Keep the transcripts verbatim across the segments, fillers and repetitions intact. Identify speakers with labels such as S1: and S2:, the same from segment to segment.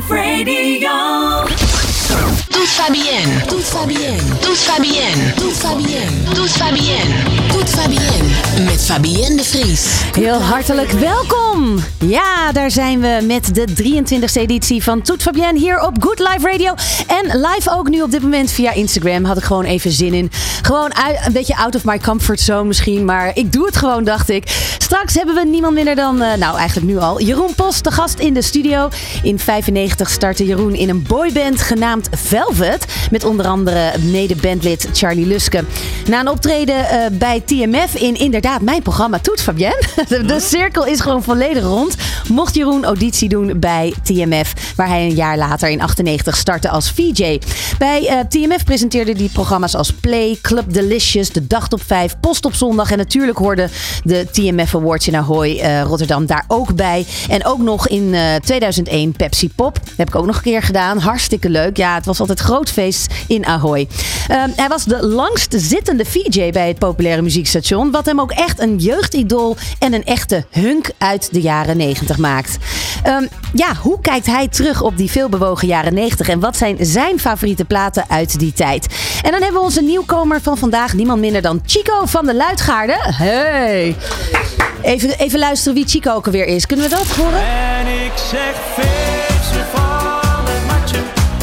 S1: Radio.
S2: Tout va bien, tout va bien, tout va bien, tout va bien, tout va bien, tout va bien. Met Fabienne de Vries.
S3: Heel hartelijk welkom. Ja, daar zijn we met de drieëntwintigste editie van Tout va bien hier op Good Life Radio. En live ook nu op dit moment via Instagram. Had ik gewoon even zin in. Gewoon uit, een beetje out of my comfort zone misschien. Maar ik doe het gewoon, dacht ik. Straks hebben we niemand minder dan, uh, nou eigenlijk nu al, Jeroen Post, de gast in de studio. In vijfennegentig startte Jeroen in een boyband genaamd Velvet. Met onder andere mede-bandlid Charlie Luske. Na een optreden uh, bij T M F in inderdaad mijn programma Tout va bien. De cirkel is gewoon volledig rond. Mocht Jeroen auditie doen bij T M F. Waar hij een jaar later in achtennegentig startte als V J. Bij uh, T M F presenteerde hij programma's als Play, Club Delicious, De Dag Top vijf, Post op Zondag. En natuurlijk hoorde de T M F Awards in Ahoy uh, Rotterdam daar ook bij. En ook nog in uh, tweeduizend één Pepsi Pop. Dat heb ik ook nog een keer gedaan. Hartstikke leuk. Ja, het was altijd groot feest in Ahoy. Uh, hij was de langst zittende V J bij het populaire muziekstation. Wat hem ook echt een jeugdidool en een echte hunk uit de jaren negentig maakt. Um, ja, hoe kijkt hij terug op die veelbewogen jaren negentig? En wat zijn zijn favoriete platen uit die tijd? En dan hebben we onze nieuwkomer van vandaag. Niemand minder dan Chico van de Luitgaarden. Hey! Even, even luisteren wie Chico ook alweer is. Kunnen we dat horen?
S4: En ik zeg feestje van het matje.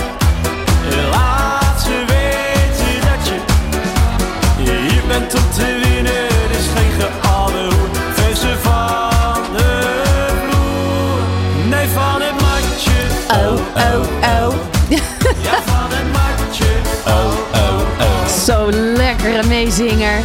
S4: Laat ze weten dat je hier bent om te winnen. Dus geen geadder. Feestje van de vloer. Nee, van het matje.
S3: Oh, oh, oh.
S4: Ja, van het matje. Oh, oh, oh.
S3: Zo lekkere meezinger.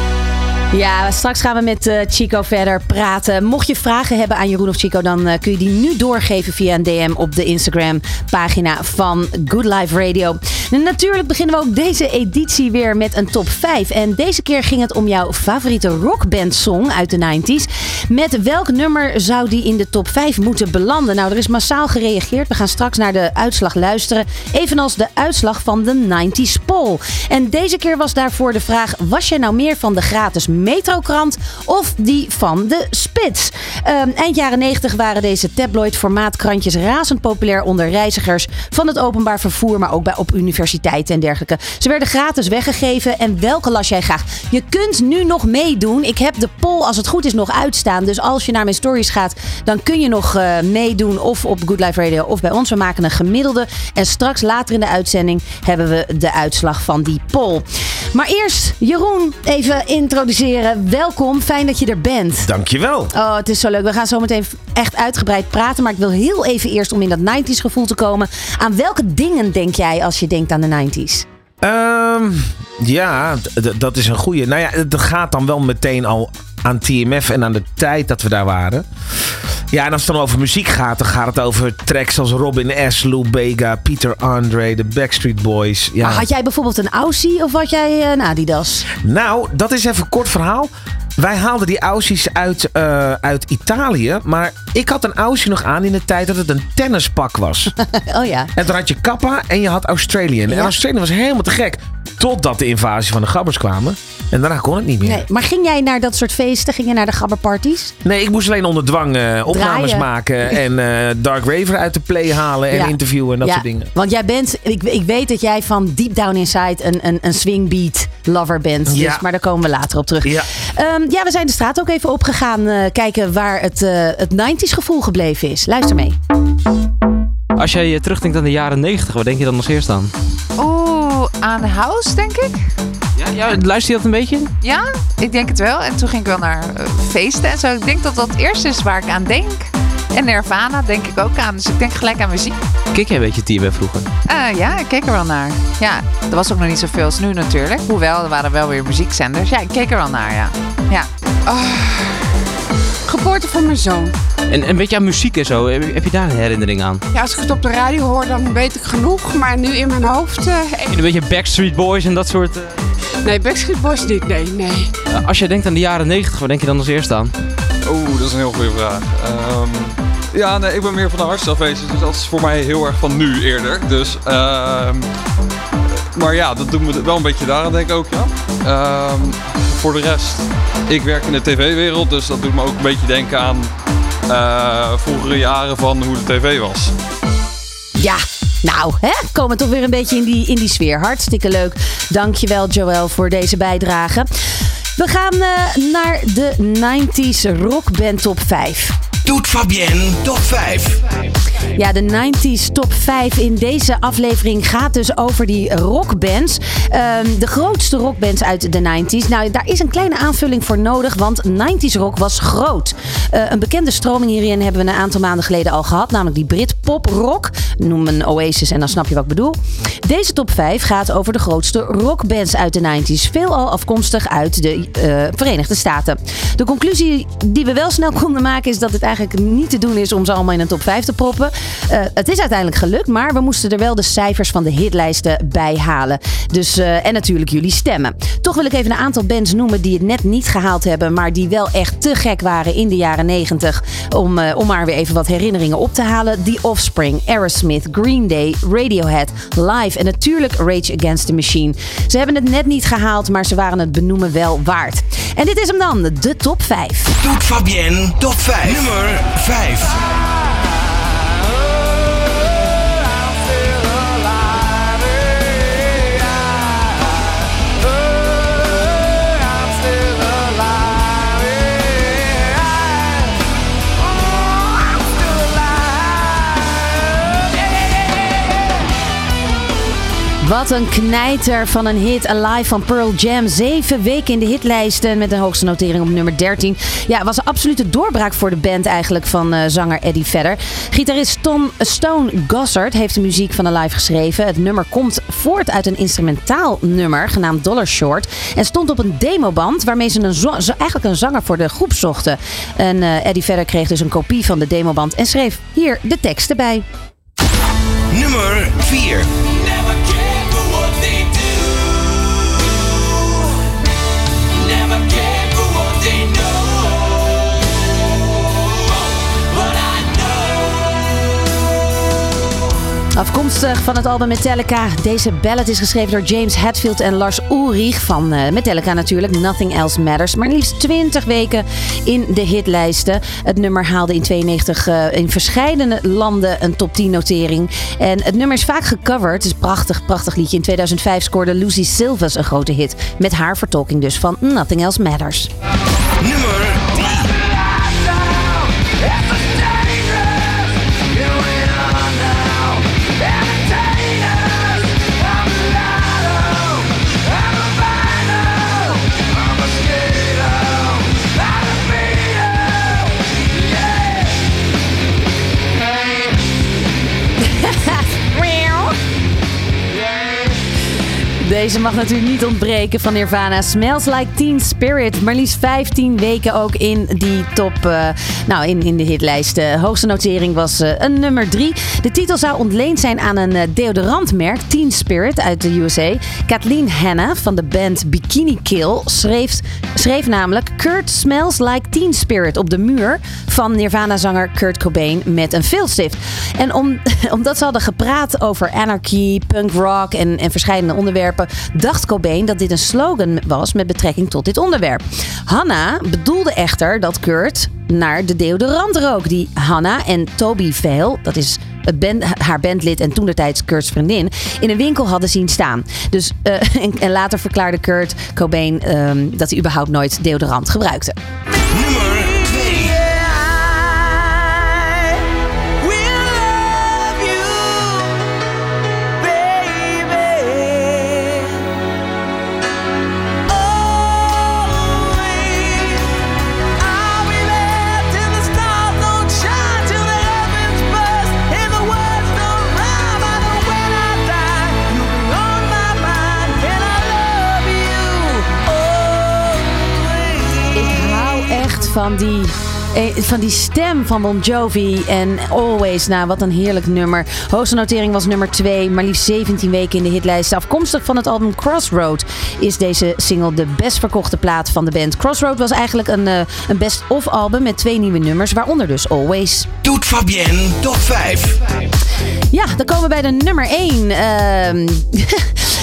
S3: Ja, straks gaan we met uh, Chico verder praten. Mocht je vragen hebben aan Jeroen of Chico, dan uh, kun je die nu doorgeven via een D M op de Instagram pagina van Good Life Radio. En natuurlijk beginnen we ook deze editie weer met een top vijf. En deze keer ging het om jouw favoriete rockband song uit de negentig. Met welk nummer zou die in de top vijf moeten belanden? Nou, er is massaal gereageerd. We gaan straks naar de uitslag luisteren. Evenals de uitslag van de negentig poll. En deze keer was daarvoor de vraag: was jij nou meer van de gratis Metrokrant of die van de Spits? Um, eind jaren negentig waren deze tabloid formaatkrantjes razend populair onder reizigers van het openbaar vervoer, maar ook bij op universiteiten en dergelijke. Ze werden gratis weggegeven. En welke las jij graag? Je kunt nu nog meedoen. Ik heb de poll, als het goed is, nog uitstaan. Dus als je naar mijn stories gaat, dan kun je nog uh, meedoen of op Good Life Radio of bij ons. We maken een gemiddelde. En straks later in de uitzending hebben we de uitslag van die poll. Maar eerst, Jeroen, even introduceren. Welkom, fijn dat je er bent.
S5: Dankjewel.
S3: Oh, het is zo leuk. We gaan zo meteen echt uitgebreid praten. Maar ik wil heel even eerst, om in dat negentig gevoel te komen. Aan welke dingen denk jij als je denkt aan de negentig?
S5: Um, ja, d- d- dat is een goeie. Nou ja, het gaat dan wel meteen al aan T M F en aan de tijd dat we daar waren. Ja, en als het dan over muziek gaat, dan gaat het over tracks als Robin S., Lou Bega, Peter Andre, de Backstreet Boys. Ja.
S3: Maar had jij bijvoorbeeld een Aussie of had jij een Adidas?
S5: Nou, dat is even een kort verhaal. Wij haalden die Aussies uit, uh, uit Italië. Maar ik had een Aussie nog aan in de tijd dat het een tennispak was.
S3: Oh ja.
S5: En dan had je Kappa en je had Australian.
S3: Ja.
S5: En Australian was helemaal te gek. Totdat de invasie van de gabbers kwamen. En daarna kon het niet meer.
S3: Nee, maar ging jij naar dat soort feesten? Ging je naar de gabberparties?
S5: Nee, ik moest alleen onder dwang uh, opnames
S3: Draaien.
S5: maken. En uh, Dark Raver uit de play halen. En
S3: Ja.
S5: interviewen en dat
S3: ja,
S5: soort dingen.
S3: Want jij bent, ik, ik weet dat jij van deep down inside een, een, een swingbeat lover bent. Dus,
S5: Ja.
S3: maar daar komen we later op terug.
S5: Ja.
S3: Um, ja, we zijn de straat ook even opgegaan. Uh, kijken waar het, uh, het negentig gevoel gebleven is. Luister mee.
S6: Als jij uh, terugdenkt aan de jaren negentig, wat denk je dan als eerst aan?
S7: Oeh, aan House, denk ik.
S6: Ja, ja, luister je dat een beetje?
S7: Ja, ik denk het wel. En toen ging ik wel naar uh, feesten en zo. Ik denk dat dat het eerste is waar ik aan denk. En Nirvana denk ik ook aan. Dus ik denk gelijk aan muziek.
S6: Keek jij een beetje T M F vroeger?
S7: Uh, ja, ik keek er wel naar. Ja, er was ook nog niet zoveel als nu natuurlijk. Hoewel, er waren wel weer muziekzenders. Ja, ik keek er wel naar, ja. Ja.
S8: Oh, geboorte van mijn zoon.
S6: En een beetje aan muziek en zo, heb, heb je daar een herinnering aan?
S8: Ja, als ik het op de radio hoor, dan weet ik genoeg. Maar nu in mijn hoofd... Uh,
S6: Een beetje Backstreet Boys en dat soort... Uh...
S8: Nee, Backstreet Boys niet, nee, nee.
S6: Uh, als jij denkt aan de jaren negentig, wat denk je dan als eerste aan?
S9: Oeh, dat is een heel goede vraag. Um, ja, nee, ik ben meer van de hardstylefeestjes, dus dat is voor mij heel erg van nu eerder. Dus, um, maar ja, dat doet me wel een beetje daaraan denk ik ook, ja. Um, voor de rest, ik werk in de tv-wereld, dus dat doet me ook een beetje denken aan uh, vroegere jaren van hoe de tv was.
S3: Ja, nou, hè? Komen toch weer een beetje in die, in die sfeer. Hartstikke leuk. Dankjewel, Joël, voor deze bijdrage. We gaan uh, naar de nineties rockband top vijf.
S1: Doet Fabienne top vijf.
S3: Ja, de nineties top vijf in deze aflevering gaat dus over die rockbands. Um, de grootste rockbands uit de nineties. Nou, daar is een kleine aanvulling voor nodig, want nineties rock was groot. Uh, een bekende stroming hierin hebben we een aantal maanden geleden al gehad, namelijk die Britpop rock. Noem een Oasis en dan snap je wat ik bedoel. Deze top vijf gaat over de grootste rockbands uit de nineties. Veelal afkomstig uit de uh, Verenigde Staten. De conclusie die we wel snel konden maken is dat het eigenlijk niet te doen is om ze allemaal in een top vijf te proppen. Uh, het is uiteindelijk gelukt, maar we moesten er wel de cijfers van de hitlijsten bij halen. Dus, uh, en natuurlijk jullie stemmen. Toch wil ik even een aantal bands noemen die het net niet gehaald hebben, maar die wel echt te gek waren in de jaren negentig. Om, uh, om maar weer even wat herinneringen op te halen. The Offspring, Aerosmith, Green Day, Radiohead, Live en natuurlijk Rage Against the Machine. Ze hebben het net niet gehaald, maar ze waren het benoemen wel waard. En dit is hem dan, de top vijf.
S1: Doet Fabienne top vijf. Nummer vijf.
S3: Wat een knijter van een hit. Alive van Pearl Jam. Zeven weken in de hitlijsten met een hoogste notering op nummer dertien. Ja, was een absolute doorbraak voor de band eigenlijk van uh, zanger Eddie Vedder. Gitarist Tom Stone Gossard heeft de muziek van Alive geschreven. Het nummer komt voort uit een instrumentaal nummer genaamd Dollar Short. En stond op een demoband waarmee ze een zo- eigenlijk een zanger voor de groep zochten. En uh, Eddie Vedder kreeg dus een kopie van de demoband en schreef hier de teksten bij.
S1: Nummer vier.
S3: Afkomstig van het album Metallica. Deze ballad is geschreven door James Hetfield en Lars Ulrich van uh, Metallica natuurlijk. Nothing Else Matters. Maar liefst twintig weken in de hitlijsten. Het nummer haalde in tweeënnegentig uh, in verschillende landen een top tien notering. En het nummer is vaak gecoverd. Het is een prachtig, prachtig liedje. In tweeduizend vijf scoorde Lucy Silvas een grote hit. Met haar vertolking dus van Nothing Else Matters.
S1: Nummer drie.
S3: Deze mag natuurlijk niet ontbreken van Nirvana. Smells Like Teen Spirit. Maar liefst vijftien weken ook in die top, uh, nou in, in de hitlijst. De hoogste notering was uh, een nummer drie. De titel zou ontleend zijn aan een uh, deodorantmerk, Teen Spirit uit de U S A. Kathleen Hanna van de band Bikini Kill schreef, schreef namelijk Kurt Smells Like Teen Spirit op de muur van Nirvana-zanger Kurt Cobain met een viltstift. En om, omdat ze hadden gepraat over anarchy, punk rock en, en verschillende onderwerpen, dacht Cobain dat dit een slogan was met betrekking tot dit onderwerp. Hanna bedoelde echter dat Kurt naar de deodorant rook die Hanna en Toby Vale, dat is het band, haar bandlid en toentertijds Kurt's vriendin, in een winkel hadden zien staan. Dus, uh, en, en later verklaarde Kurt Cobain um, dat hij überhaupt nooit deodorant gebruikte.
S1: Nummer twee.
S3: Van die, van die stem van Bon Jovi en Always. Nou, wat een heerlijk nummer. Hoogste notering was nummer twee, maar liefst zeventien weken in de hitlijst. Afkomstig van het album Crossroad is deze single de best verkochte plaat van de band. Crossroad was eigenlijk een, uh, een best-of album met twee nieuwe nummers, waaronder dus Always.
S1: Doet Fabienne top vijf.
S3: Ja, dan komen we bij de nummer één. Uh,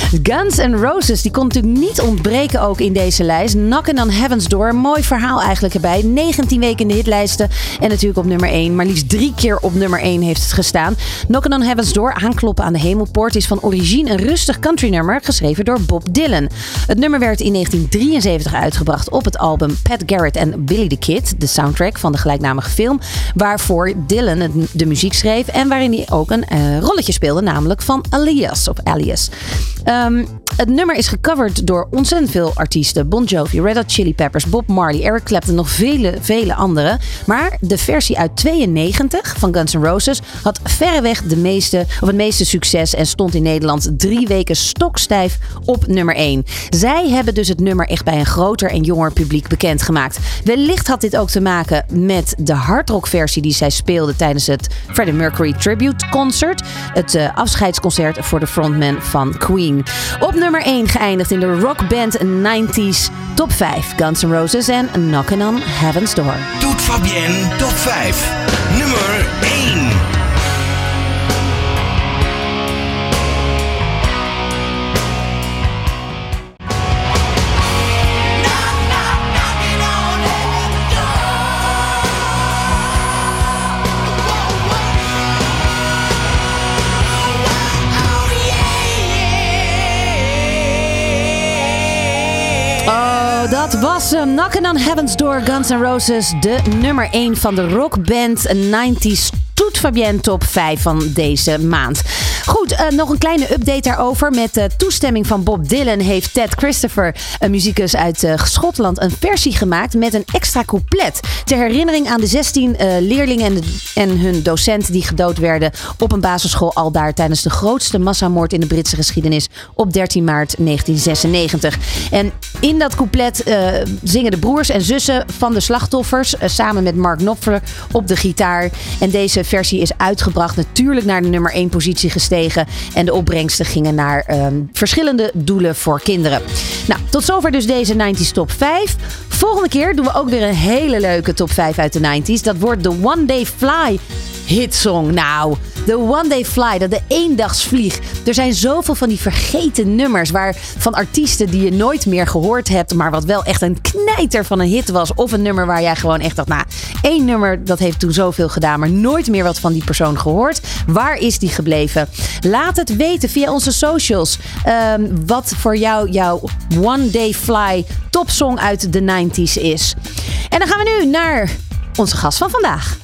S3: Guns N' Roses, die kon natuurlijk niet ontbreken ook in deze lijst. Knockin' on Heaven's Door. Mooi verhaal eigenlijk erbij. negentien weken in de hitlijsten. En natuurlijk op nummer één. Maar liefst drie keer op nummer één heeft het gestaan. Knockin' on Heaven's Door, aankloppen aan de hemelpoort, is van origine een rustig countrynummer geschreven door Bob Dylan. Het nummer werd in negentien drieënzeventig uitgebracht op het album Pat Garrett en Billy the Kid, de soundtrack van de gelijknamige film, waarvoor Dylan het, de muziek schreef en waarin hij ook een uh, rolletje speelde, namelijk van Alias of Alias. Um, het nummer is gecoverd door ontzettend veel artiesten. Bon Jovi, Red Hot Chili Peppers, Bob Marley, Eric Clapton, nog vele, vele anderen. Maar de versie uit tweeënnegentig van Guns N' Roses had verreweg de meeste, of het meeste succes en stond in Nederland drie weken stokstijf op nummer één. Zij hebben dus het nummer echt bij een groter en jonger publiek bekendgemaakt. Wellicht had dit ook te maken met de hardrockversie die zij speelde tijdens het Freddie Mercury Tribute Concert. Het uh, afscheidsconcert voor de frontman van Queen. Op nummer één geëindigd in de rockband nineties top vijf. Guns N' Roses en Knockin' on Heaven's Door.
S1: Toet Fabienne top vijf. Nummer één.
S3: Dat was hem. Knockin' on Heaven's Door, Guns N' Roses. De nummer één van de rockband nineties Toet Fabienne top vijf van deze maand. Goed, uh, nog een kleine update daarover. Met uh, toestemming van Bob Dylan heeft Ted Christopher, een muzikus uit uh, Schotland, een versie gemaakt met een extra couplet. Ter herinnering aan de zestien uh, leerlingen en, de, en hun docent die gedood werden op een basisschool aldaar tijdens de grootste massamoord in de Britse geschiedenis op dertien maart negentien zesennegentig. En in dat couplet uh, zingen de broers en zussen van de slachtoffers uh, samen met Mark Knopfler op de gitaar. En deze versie is uitgebracht, natuurlijk naar de nummer één positie gestegen. En de opbrengsten gingen naar um, verschillende doelen voor kinderen. Nou, tot zover dus deze nineties top vijf. Volgende keer doen we ook weer een hele leuke top vijf uit de nineties. Dat wordt de One Day Fly hitsong. Nou, de One Day Fly, dat de eendagsvlieg. Er zijn zoveel van die vergeten nummers waar, van artiesten die je nooit meer gehoord hebt, maar wat wel echt een knijter van een hit was. Of een nummer waar jij gewoon echt dacht, nou, één nummer, dat heeft toen zoveel gedaan, maar nooit meer wat van die persoon gehoord. Waar is die gebleven? Laat het weten via onze socials. Um, wat voor jou jouw One Day Fly topsong uit de nineties is. En dan gaan we nu naar onze gast van vandaag.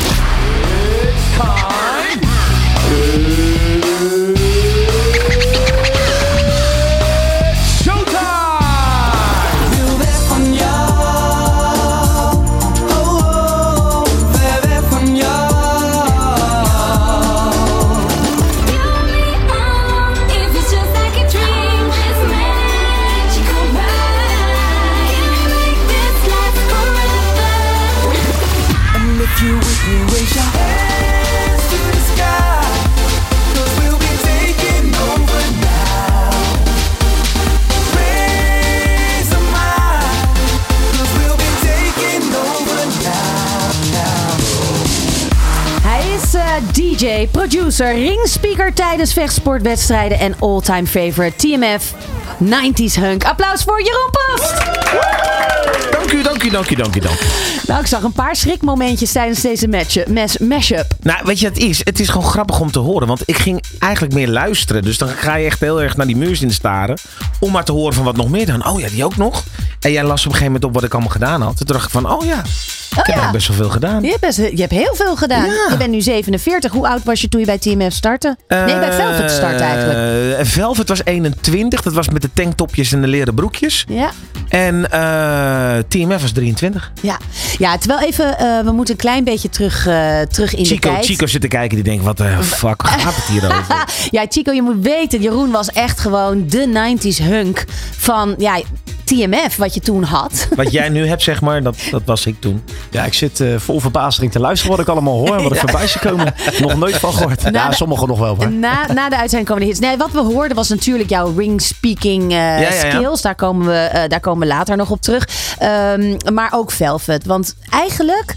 S3: D J, producer, ringspeaker tijdens vechtsportwedstrijden en all-time favorite T M F nineties hunk. Applaus voor Jeroen Post!
S5: Dank u, dank u, dank u, dank u, dank u.
S3: Nou, ik zag een paar schrikmomentjes tijdens deze match, mes, mashup.
S5: Nou, weet je wat het is? Het is gewoon grappig om te horen. Want ik ging eigenlijk meer luisteren. Dus dan ga je echt heel erg naar die muziek in staren. Om maar te horen van wat nog meer dan. Oh ja, die ook nog. En jij las op een gegeven moment op wat ik allemaal gedaan had. Toen dacht ik van, oh ja. Ik
S3: Oh,
S5: heb
S3: ja.
S5: ook best wel veel gedaan.
S3: Je hebt, best, je hebt heel veel gedaan.
S5: Ja.
S3: Je bent nu zevenenveertig. Hoe oud was je toen je bij T M F startte? Nee, bij Velvet startte eigenlijk.
S5: Uh, Velvet was eenentwintig. Dat was met de tanktopjes en de leren broekjes.
S3: Ja.
S5: En uh, T M F was drieëntwintig.
S3: Ja, ja terwijl even, uh, we moeten een klein beetje terug, uh, terug in
S5: Chico,
S3: de tijd.
S5: Chico zit te kijken, die denkt, wat de fuck gaat het hier over?
S3: Ja, Chico, je moet weten, Jeroen was echt gewoon de nineties hunk van ja, T M F, wat je toen had.
S5: Wat jij nu hebt, zeg maar, dat, dat was ik toen.
S10: Ja, ik zit uh, vol verbazing te luisteren wat ik allemaal hoor en wat er voorbij is gekomen. Nog nooit van gehoord.
S3: Na
S10: Ja,
S3: de-
S10: sommigen nog wel. Maar.
S3: Na, na de uitzending komen de hits. Nee, wat we hoorden was natuurlijk jouw ring-speaking uh,
S5: ja, ja.
S3: skills. Daar komen, we, uh, daar komen we later nog op terug. Um, maar ook Velvet. Want eigenlijk,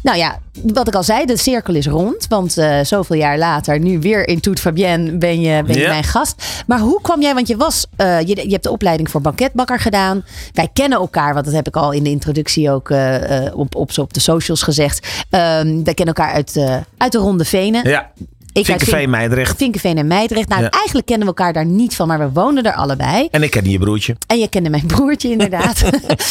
S3: Nou ja, wat ik al zei, de cirkel is rond. Want uh, zoveel jaar later, nu weer in Toute Fabienne, ben je, ben je
S5: Ja.
S3: mijn gast. Maar hoe kwam jij, want je was, uh, je, je hebt de opleiding voor banketbakker gedaan. Wij kennen elkaar, want dat heb ik al in de introductie ook uh, uh, op, op, op de socials gezegd. Um, wij kennen elkaar uit, uh, uit de Ronde Venen.
S5: Ja.
S3: Ik uit
S5: Vinkenveen,
S3: Vink-
S5: Meidrecht.
S3: Vinkenveen en Meidrecht. Nou,
S5: Ja.
S3: eigenlijk kennen we elkaar daar niet van, maar we woonden er allebei.
S5: En ik ken je broertje.
S3: En je kende mijn broertje inderdaad.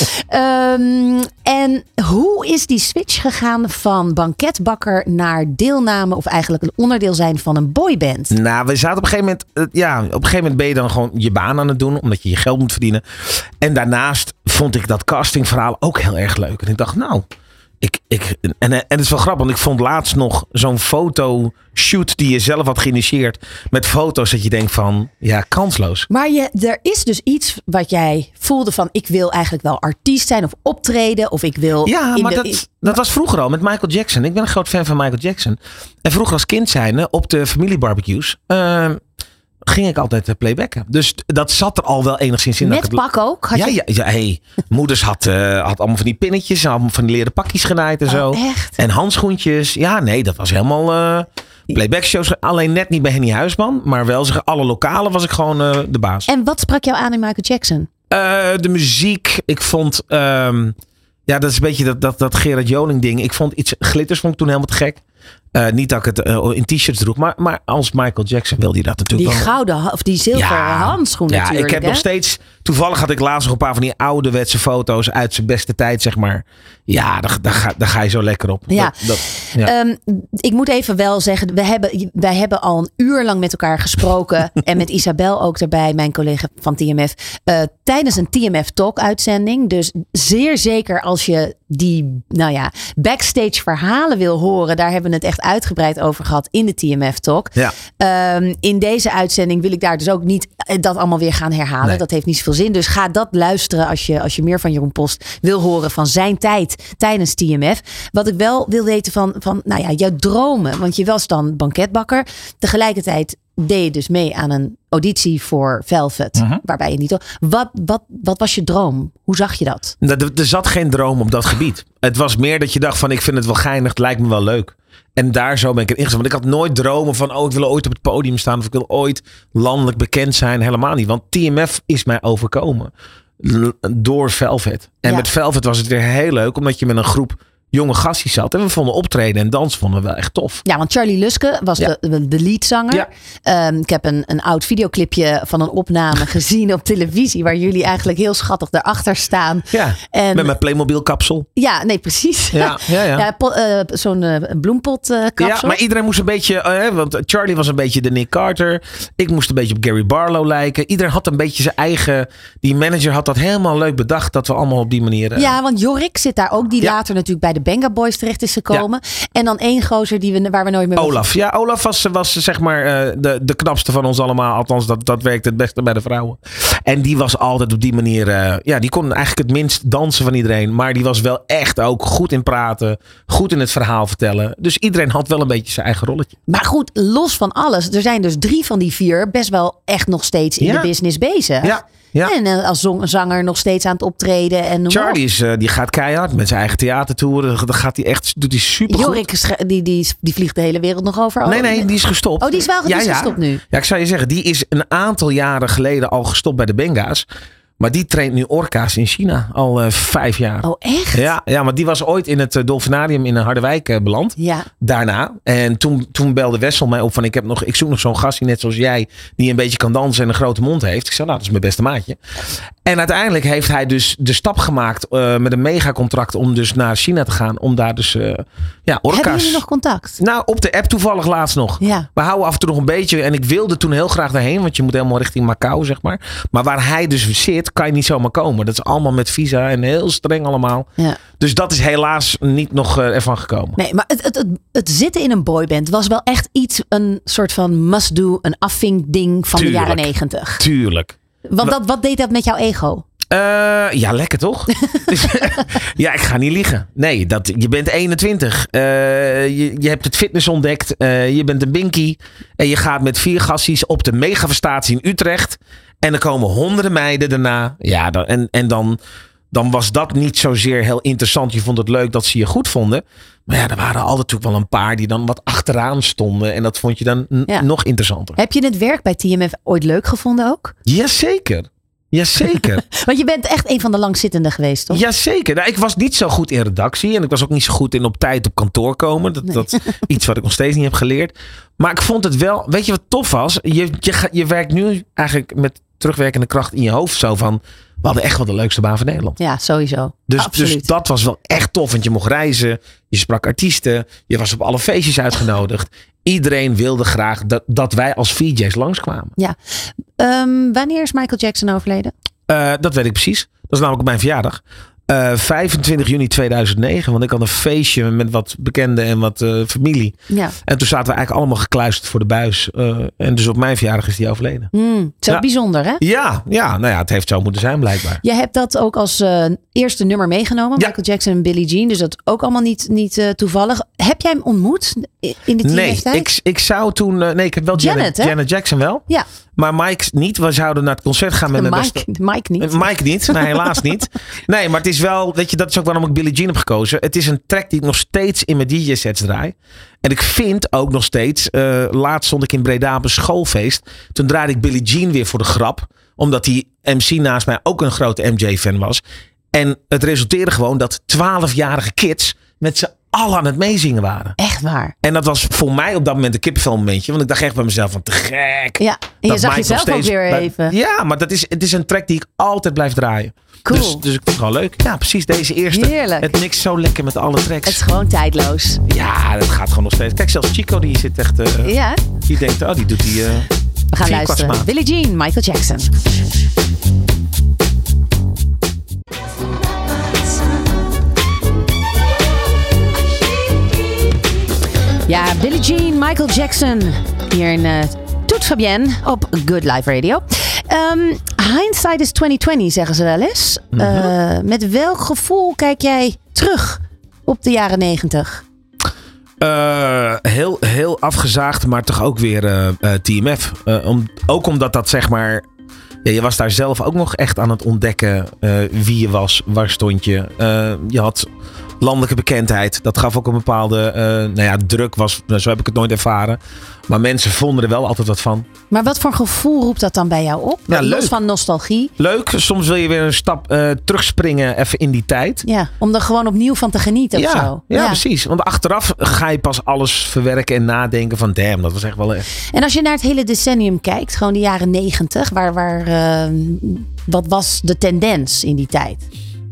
S3: um, en hoe is die switch gegaan van banketbakker naar deelname of eigenlijk een onderdeel zijn van een boyband?
S5: Nou, we zaten op een gegeven moment... uh, ja, op een gegeven moment ben je dan gewoon je baan aan het doen. Omdat je je geld moet verdienen. En daarnaast vond ik dat castingverhaal ook heel erg leuk. En ik dacht, nou... Ik, ik, en, en het is wel grappig, want ik vond laatst nog zo'n fotoshoot die je zelf had geïnitieerd. Met foto's dat je denkt van, ja, kansloos.
S3: Maar je, er is dus iets wat jij voelde van, ik wil eigenlijk wel artiest zijn of optreden. Of ik wil...
S5: Ja,
S3: in
S5: maar
S3: de,
S5: dat, dat was vroeger al met Michael Jackson. Ik ben een groot fan van Michael Jackson. En vroeger als kind zijnde op de familiebarbecues... Uh, ging ik altijd uh, playbacken. Dus dat zat er al wel enigszins in.
S3: Met
S5: dat ik het...
S3: pak ook? Had
S5: ja,
S3: je...
S5: ja, ja, hey. Moeders had, uh, had allemaal van die pinnetjes. Allemaal van die leren pakjes genaaid en
S3: Oh,
S5: zo.
S3: echt?
S5: En handschoentjes. Ja, nee, dat was helemaal... Uh, playback shows. Alleen net niet bij Henny Huisman. Maar wel zeg, alle lokalen was ik gewoon uh, de baas.
S3: En wat sprak jou aan in Michael Jackson?
S5: Uh, de muziek. Ik vond... Um, ja, dat is een beetje dat, dat, dat Gerard Joling ding. Ik vond iets... Glitters vond ik toen helemaal te gek. Uh, niet dat ik het uh, in t-shirts droeg, maar, maar als Michael Jackson wilde hij dat natuurlijk
S3: Die
S5: wel.
S3: gouden ha- of die zilveren
S5: Ja,
S3: handschoen
S5: ja,
S3: natuurlijk.
S5: ik heb
S3: hè?
S5: nog steeds... Toevallig had ik laatst nog een paar van die ouderwetse foto's uit zijn beste tijd, zeg maar. Ja, daar, daar, ga, daar ga je zo lekker op.
S3: Ja.
S5: Dat, dat, ja.
S3: Um, ik moet even wel zeggen, we hebben, wij hebben al een uur lang met elkaar gesproken. En met Isabel ook erbij, mijn collega van T M F. Uh, tijdens een T M F Talk uitzending. Dus zeer zeker als je die, nou ja, backstage verhalen wil horen. Daar hebben we het echt uitgebreid over gehad in de T M F Talk.
S5: Ja.
S3: Um, in deze uitzending wil ik daar dus ook niet dat allemaal weer gaan herhalen.
S5: Nee.
S3: Dat heeft niet zoveel zin. Dus ga dat luisteren als je, als je meer van Jeroen Post wil horen van zijn tijd tijdens T M F. Wat ik wel wil weten van, van nou ja, jouw dromen. Want je was dan banketbakker. Tegelijkertijd deed je dus mee aan een auditie voor Velvet.
S5: Uh-huh.
S3: Waarbij je niet... Wat, wat, wat was je droom? Hoe zag je dat?
S5: Er, er zat geen droom op dat gebied. Het was meer dat je dacht van ik vind het wel geinig. Het lijkt me wel leuk. En daar zo ben ik in ingezet. Want ik had nooit dromen van oh ik wil ooit op het podium staan. Of ik wil ooit landelijk bekend zijn. Helemaal niet. Want T M F is mij overkomen. L- door Velvet. En
S3: Ja.
S5: met Velvet was het weer heel leuk. Omdat je met een groep jonge gastjes zat. En we vonden optreden en dansen vonden we wel echt tof.
S3: Ja, want Charlie Luske was
S5: Ja.
S3: de, de leadzanger.
S5: Ja.
S3: Um, ik heb een, een oud videoclipje van een opname gezien op televisie. Waar jullie eigenlijk heel schattig daarachter staan.
S5: Ja,
S3: En,
S5: met mijn Playmobil kapsel.
S3: ja, nee, precies.
S5: Ja, ja, ja.
S3: Ja, po- uh, zo'n uh, bloempot uh, kapsel.
S5: Ja, maar iedereen moest een beetje... Uh, want Charlie was een beetje de Nick Carter. Ik moest een beetje op Gary Barlow lijken. Iedereen had een beetje zijn eigen... Die manager had dat helemaal leuk bedacht. Dat we allemaal op die manier... Uh,
S3: Ja, want Jorik zit daar ook. Die
S5: Ja.
S3: later natuurlijk bij de Benga Boys terecht is gekomen. En dan één gozer die we, waar we nooit meer...
S5: Olaf. Ja, Olaf was, was zeg maar uh, de, de knapste van ons allemaal. Althans, dat, dat werkte het beste bij de vrouwen. En die was altijd op die manier... Uh, ja, die kon eigenlijk het minst dansen van iedereen. Maar die was wel echt ook goed in praten. Goed in het verhaal vertellen. Dus iedereen had wel een beetje zijn eigen rolletje.
S3: Maar goed, los van alles. Er zijn dus drie van die vier best wel echt nog steeds in
S5: Ja.
S3: de business bezig.
S5: Ja, ja.
S3: En uh, als zong- zanger nog steeds aan het optreden. En noem maar op.
S5: Charlie is, uh, die gaat keihard met zijn eigen theatertour. Dan gaat hij echt, doet hij super goed.
S3: Jorik, is ge- die, die, die vliegt de hele wereld nog over.
S5: Nee, nee, die is gestopt.
S3: Oh, die is wel die is gestopt nu.
S5: Ja, ik zou je zeggen, die is een aantal jaren geleden al gestopt bij de Benga's. Maar die traint nu orka's in China al uh, vijf jaar.
S3: Oh, echt?
S5: Ja, ja, maar die was ooit in het uh, Dolfinarium in Harderwijk uh, beland.
S3: Ja.
S5: Daarna. En toen, toen belde Wessel mij op van ik, heb nog, ik zoek nog zo'n gastje net zoals jij. Die een beetje kan dansen en een grote mond heeft. Ik zei nou dat is mijn beste maatje. En uiteindelijk heeft hij dus de stap gemaakt uh, met een megacontract om dus naar China te gaan. Om daar dus uh, ja, orka's.
S3: Hebben jullie nog contact?
S5: Nou, op de app toevallig laatst nog.
S3: Ja.
S5: We houden af en toe nog een beetje. En ik wilde toen heel graag daarheen. Want je moet helemaal richting Macau, zeg maar. Maar waar hij dus zit, kan je niet zomaar komen. Dat is allemaal met visa en heel streng allemaal.
S3: Ja.
S5: Dus dat is helaas niet nog uh, ervan gekomen.
S3: Nee, maar het, het, het, het zitten in een boyband was wel echt iets, een soort van must-do, een afvinkding van
S5: Tuurlijk.
S3: de jaren negentig.
S5: Tuurlijk.
S3: Want dat, wat deed dat met jouw ego?
S5: Uh, ja, lekker toch? Dus, ja, ik ga niet liegen. Nee, dat, je bent eenentwintig. Uh, je, je hebt het fitness ontdekt. Uh, je bent een binky. En je gaat met vier gassies op de megafestatie in Utrecht. En er komen honderden meiden daarna. Ja, dan, en, en dan... dan was dat niet zozeer heel interessant. Je vond het leuk dat ze je goed vonden. Maar ja, er waren altijd natuurlijk wel een paar die dan wat achteraan stonden. En dat vond je dan n-
S3: Ja.
S5: nog interessanter.
S3: Heb je het werk bij T M F ooit leuk gevonden ook?
S5: Jazeker. Jazeker.
S3: Want je bent echt een van de langzittenden geweest, toch?
S5: Jazeker. Nou, ik was niet zo goed in redactie. En ik was ook niet zo goed in op tijd op kantoor komen. Dat,
S3: Nee.
S5: dat is iets wat ik nog steeds niet heb geleerd. Maar ik vond het wel... Weet je wat tof was? Je, je, ga- je werkt nu eigenlijk met terugwerkende kracht in je hoofd. Zo van... We hadden echt wel de leukste baan van Nederland.
S3: Ja, sowieso.
S5: Dus,
S3: Absoluut.
S5: dus dat was wel echt tof. Want je mocht reizen. Je sprak artiesten. Je was op alle feestjes uitgenodigd. Iedereen wilde graag dat, dat wij als V J's langskwamen.
S3: Ja. Ehm, wanneer is Michael Jackson overleden?
S5: Uh, dat weet ik precies. Dat is namelijk op mijn verjaardag. Uh, vijfentwintig juni tweeduizend negen. Want ik had een feestje met wat bekenden en wat uh, familie.
S3: Ja.
S5: En toen zaten we eigenlijk allemaal gekluisterd voor de buis. Uh, en dus op mijn verjaardag is die overleden.
S3: Hmm, zo
S5: Ja.
S3: bijzonder, hè?
S5: Ja, ja, nou ja, het heeft zo moeten zijn blijkbaar.
S3: Je hebt dat ook als uh, eerste nummer meegenomen.
S5: Ja.
S3: Michael Jackson en Billie Jean. Dus dat ook allemaal niet, niet uh, toevallig. Heb jij hem ontmoet in de
S5: Nee,
S3: tienertijd?
S5: ik, ik zou toen... Uh, nee, ik heb wel Janet,
S3: Janet, hè?
S5: Janet Jackson wel.
S3: Ja.
S5: Maar Mike niet. We zouden naar het concert gaan met mijn
S3: Mike,
S5: beste...
S3: Mike niet.
S5: Mike niet. Nee, helaas niet. Nee, maar het is wel... Weet je, dat is ook waarom ik Billie Jean heb gekozen. Het is een track die ik nog steeds in mijn D J-sets draai. En ik vind ook nog steeds... Uh, laatst stond ik in Breda op een schoolfeest. Toen draaide ik Billie Jean weer voor de grap. Omdat die M C naast mij ook een grote M J-fan was. En het resulteerde gewoon dat twaalfjarige kids... met z'n allen aan het meezingen waren.
S3: Echt waar.
S5: En dat was voor mij op dat moment een kippenvel momentje. Want ik dacht echt bij mezelf van te gek.
S3: Ja, en je
S5: Dat
S3: zag
S5: Mike
S3: jezelf
S5: nog
S3: ook
S5: steeds
S3: weer
S5: bij-
S3: even.
S5: Ja, maar dat is, het is een track die ik altijd blijf draaien.
S3: Cool.
S5: Dus, dus ik vind het wel leuk. Ja, precies. Deze eerste.
S3: Heerlijk.
S5: Het mixt zo lekker met alle tracks.
S3: Het is gewoon tijdloos.
S5: Ja, dat gaat gewoon nog steeds. Kijk, zelfs Chico die zit echt... Uh,
S3: Ja,
S5: Die denkt, oh, die doet die... Uh,
S3: we gaan luisteren.
S5: vierkwartsmaat.
S3: Billie Jean, Michael Jackson. Ja, Billie Jean, Michael Jackson. Hier in uh, Toet Fabienne op Good Life Radio. Um, hindsight is twenty twenty, zeggen ze wel eens. Uh, met welk gevoel kijk jij terug op de jaren negentig?
S5: Uh, heel, heel afgezaagd, maar toch ook weer uh, uh, T M F. Uh, om, ook omdat dat zeg maar... Ja, je was daar zelf ook nog echt aan het ontdekken uh, wie je was, waar stond je. Uh, je had landelijke bekendheid. Dat gaf ook een bepaalde uh, nou ja, druk. Was, zo heb ik het nooit ervaren. Maar mensen vonden er wel altijd wat van.
S3: Maar wat voor gevoel roept dat dan bij jou op?
S5: Ja,
S3: Los
S5: leuk.
S3: van nostalgie.
S5: Leuk, soms wil je weer een stap uh, terugspringen even in die tijd.
S3: Ja, om er gewoon opnieuw van te genieten of
S5: Ja,
S3: zo.
S5: ja, precies. Want achteraf ga je pas alles verwerken en nadenken van damn, dat was echt wel echt.
S3: En als je naar het hele decennium kijkt, gewoon de jaren negentig, waar, waar, uh, wat was de tendens in die tijd?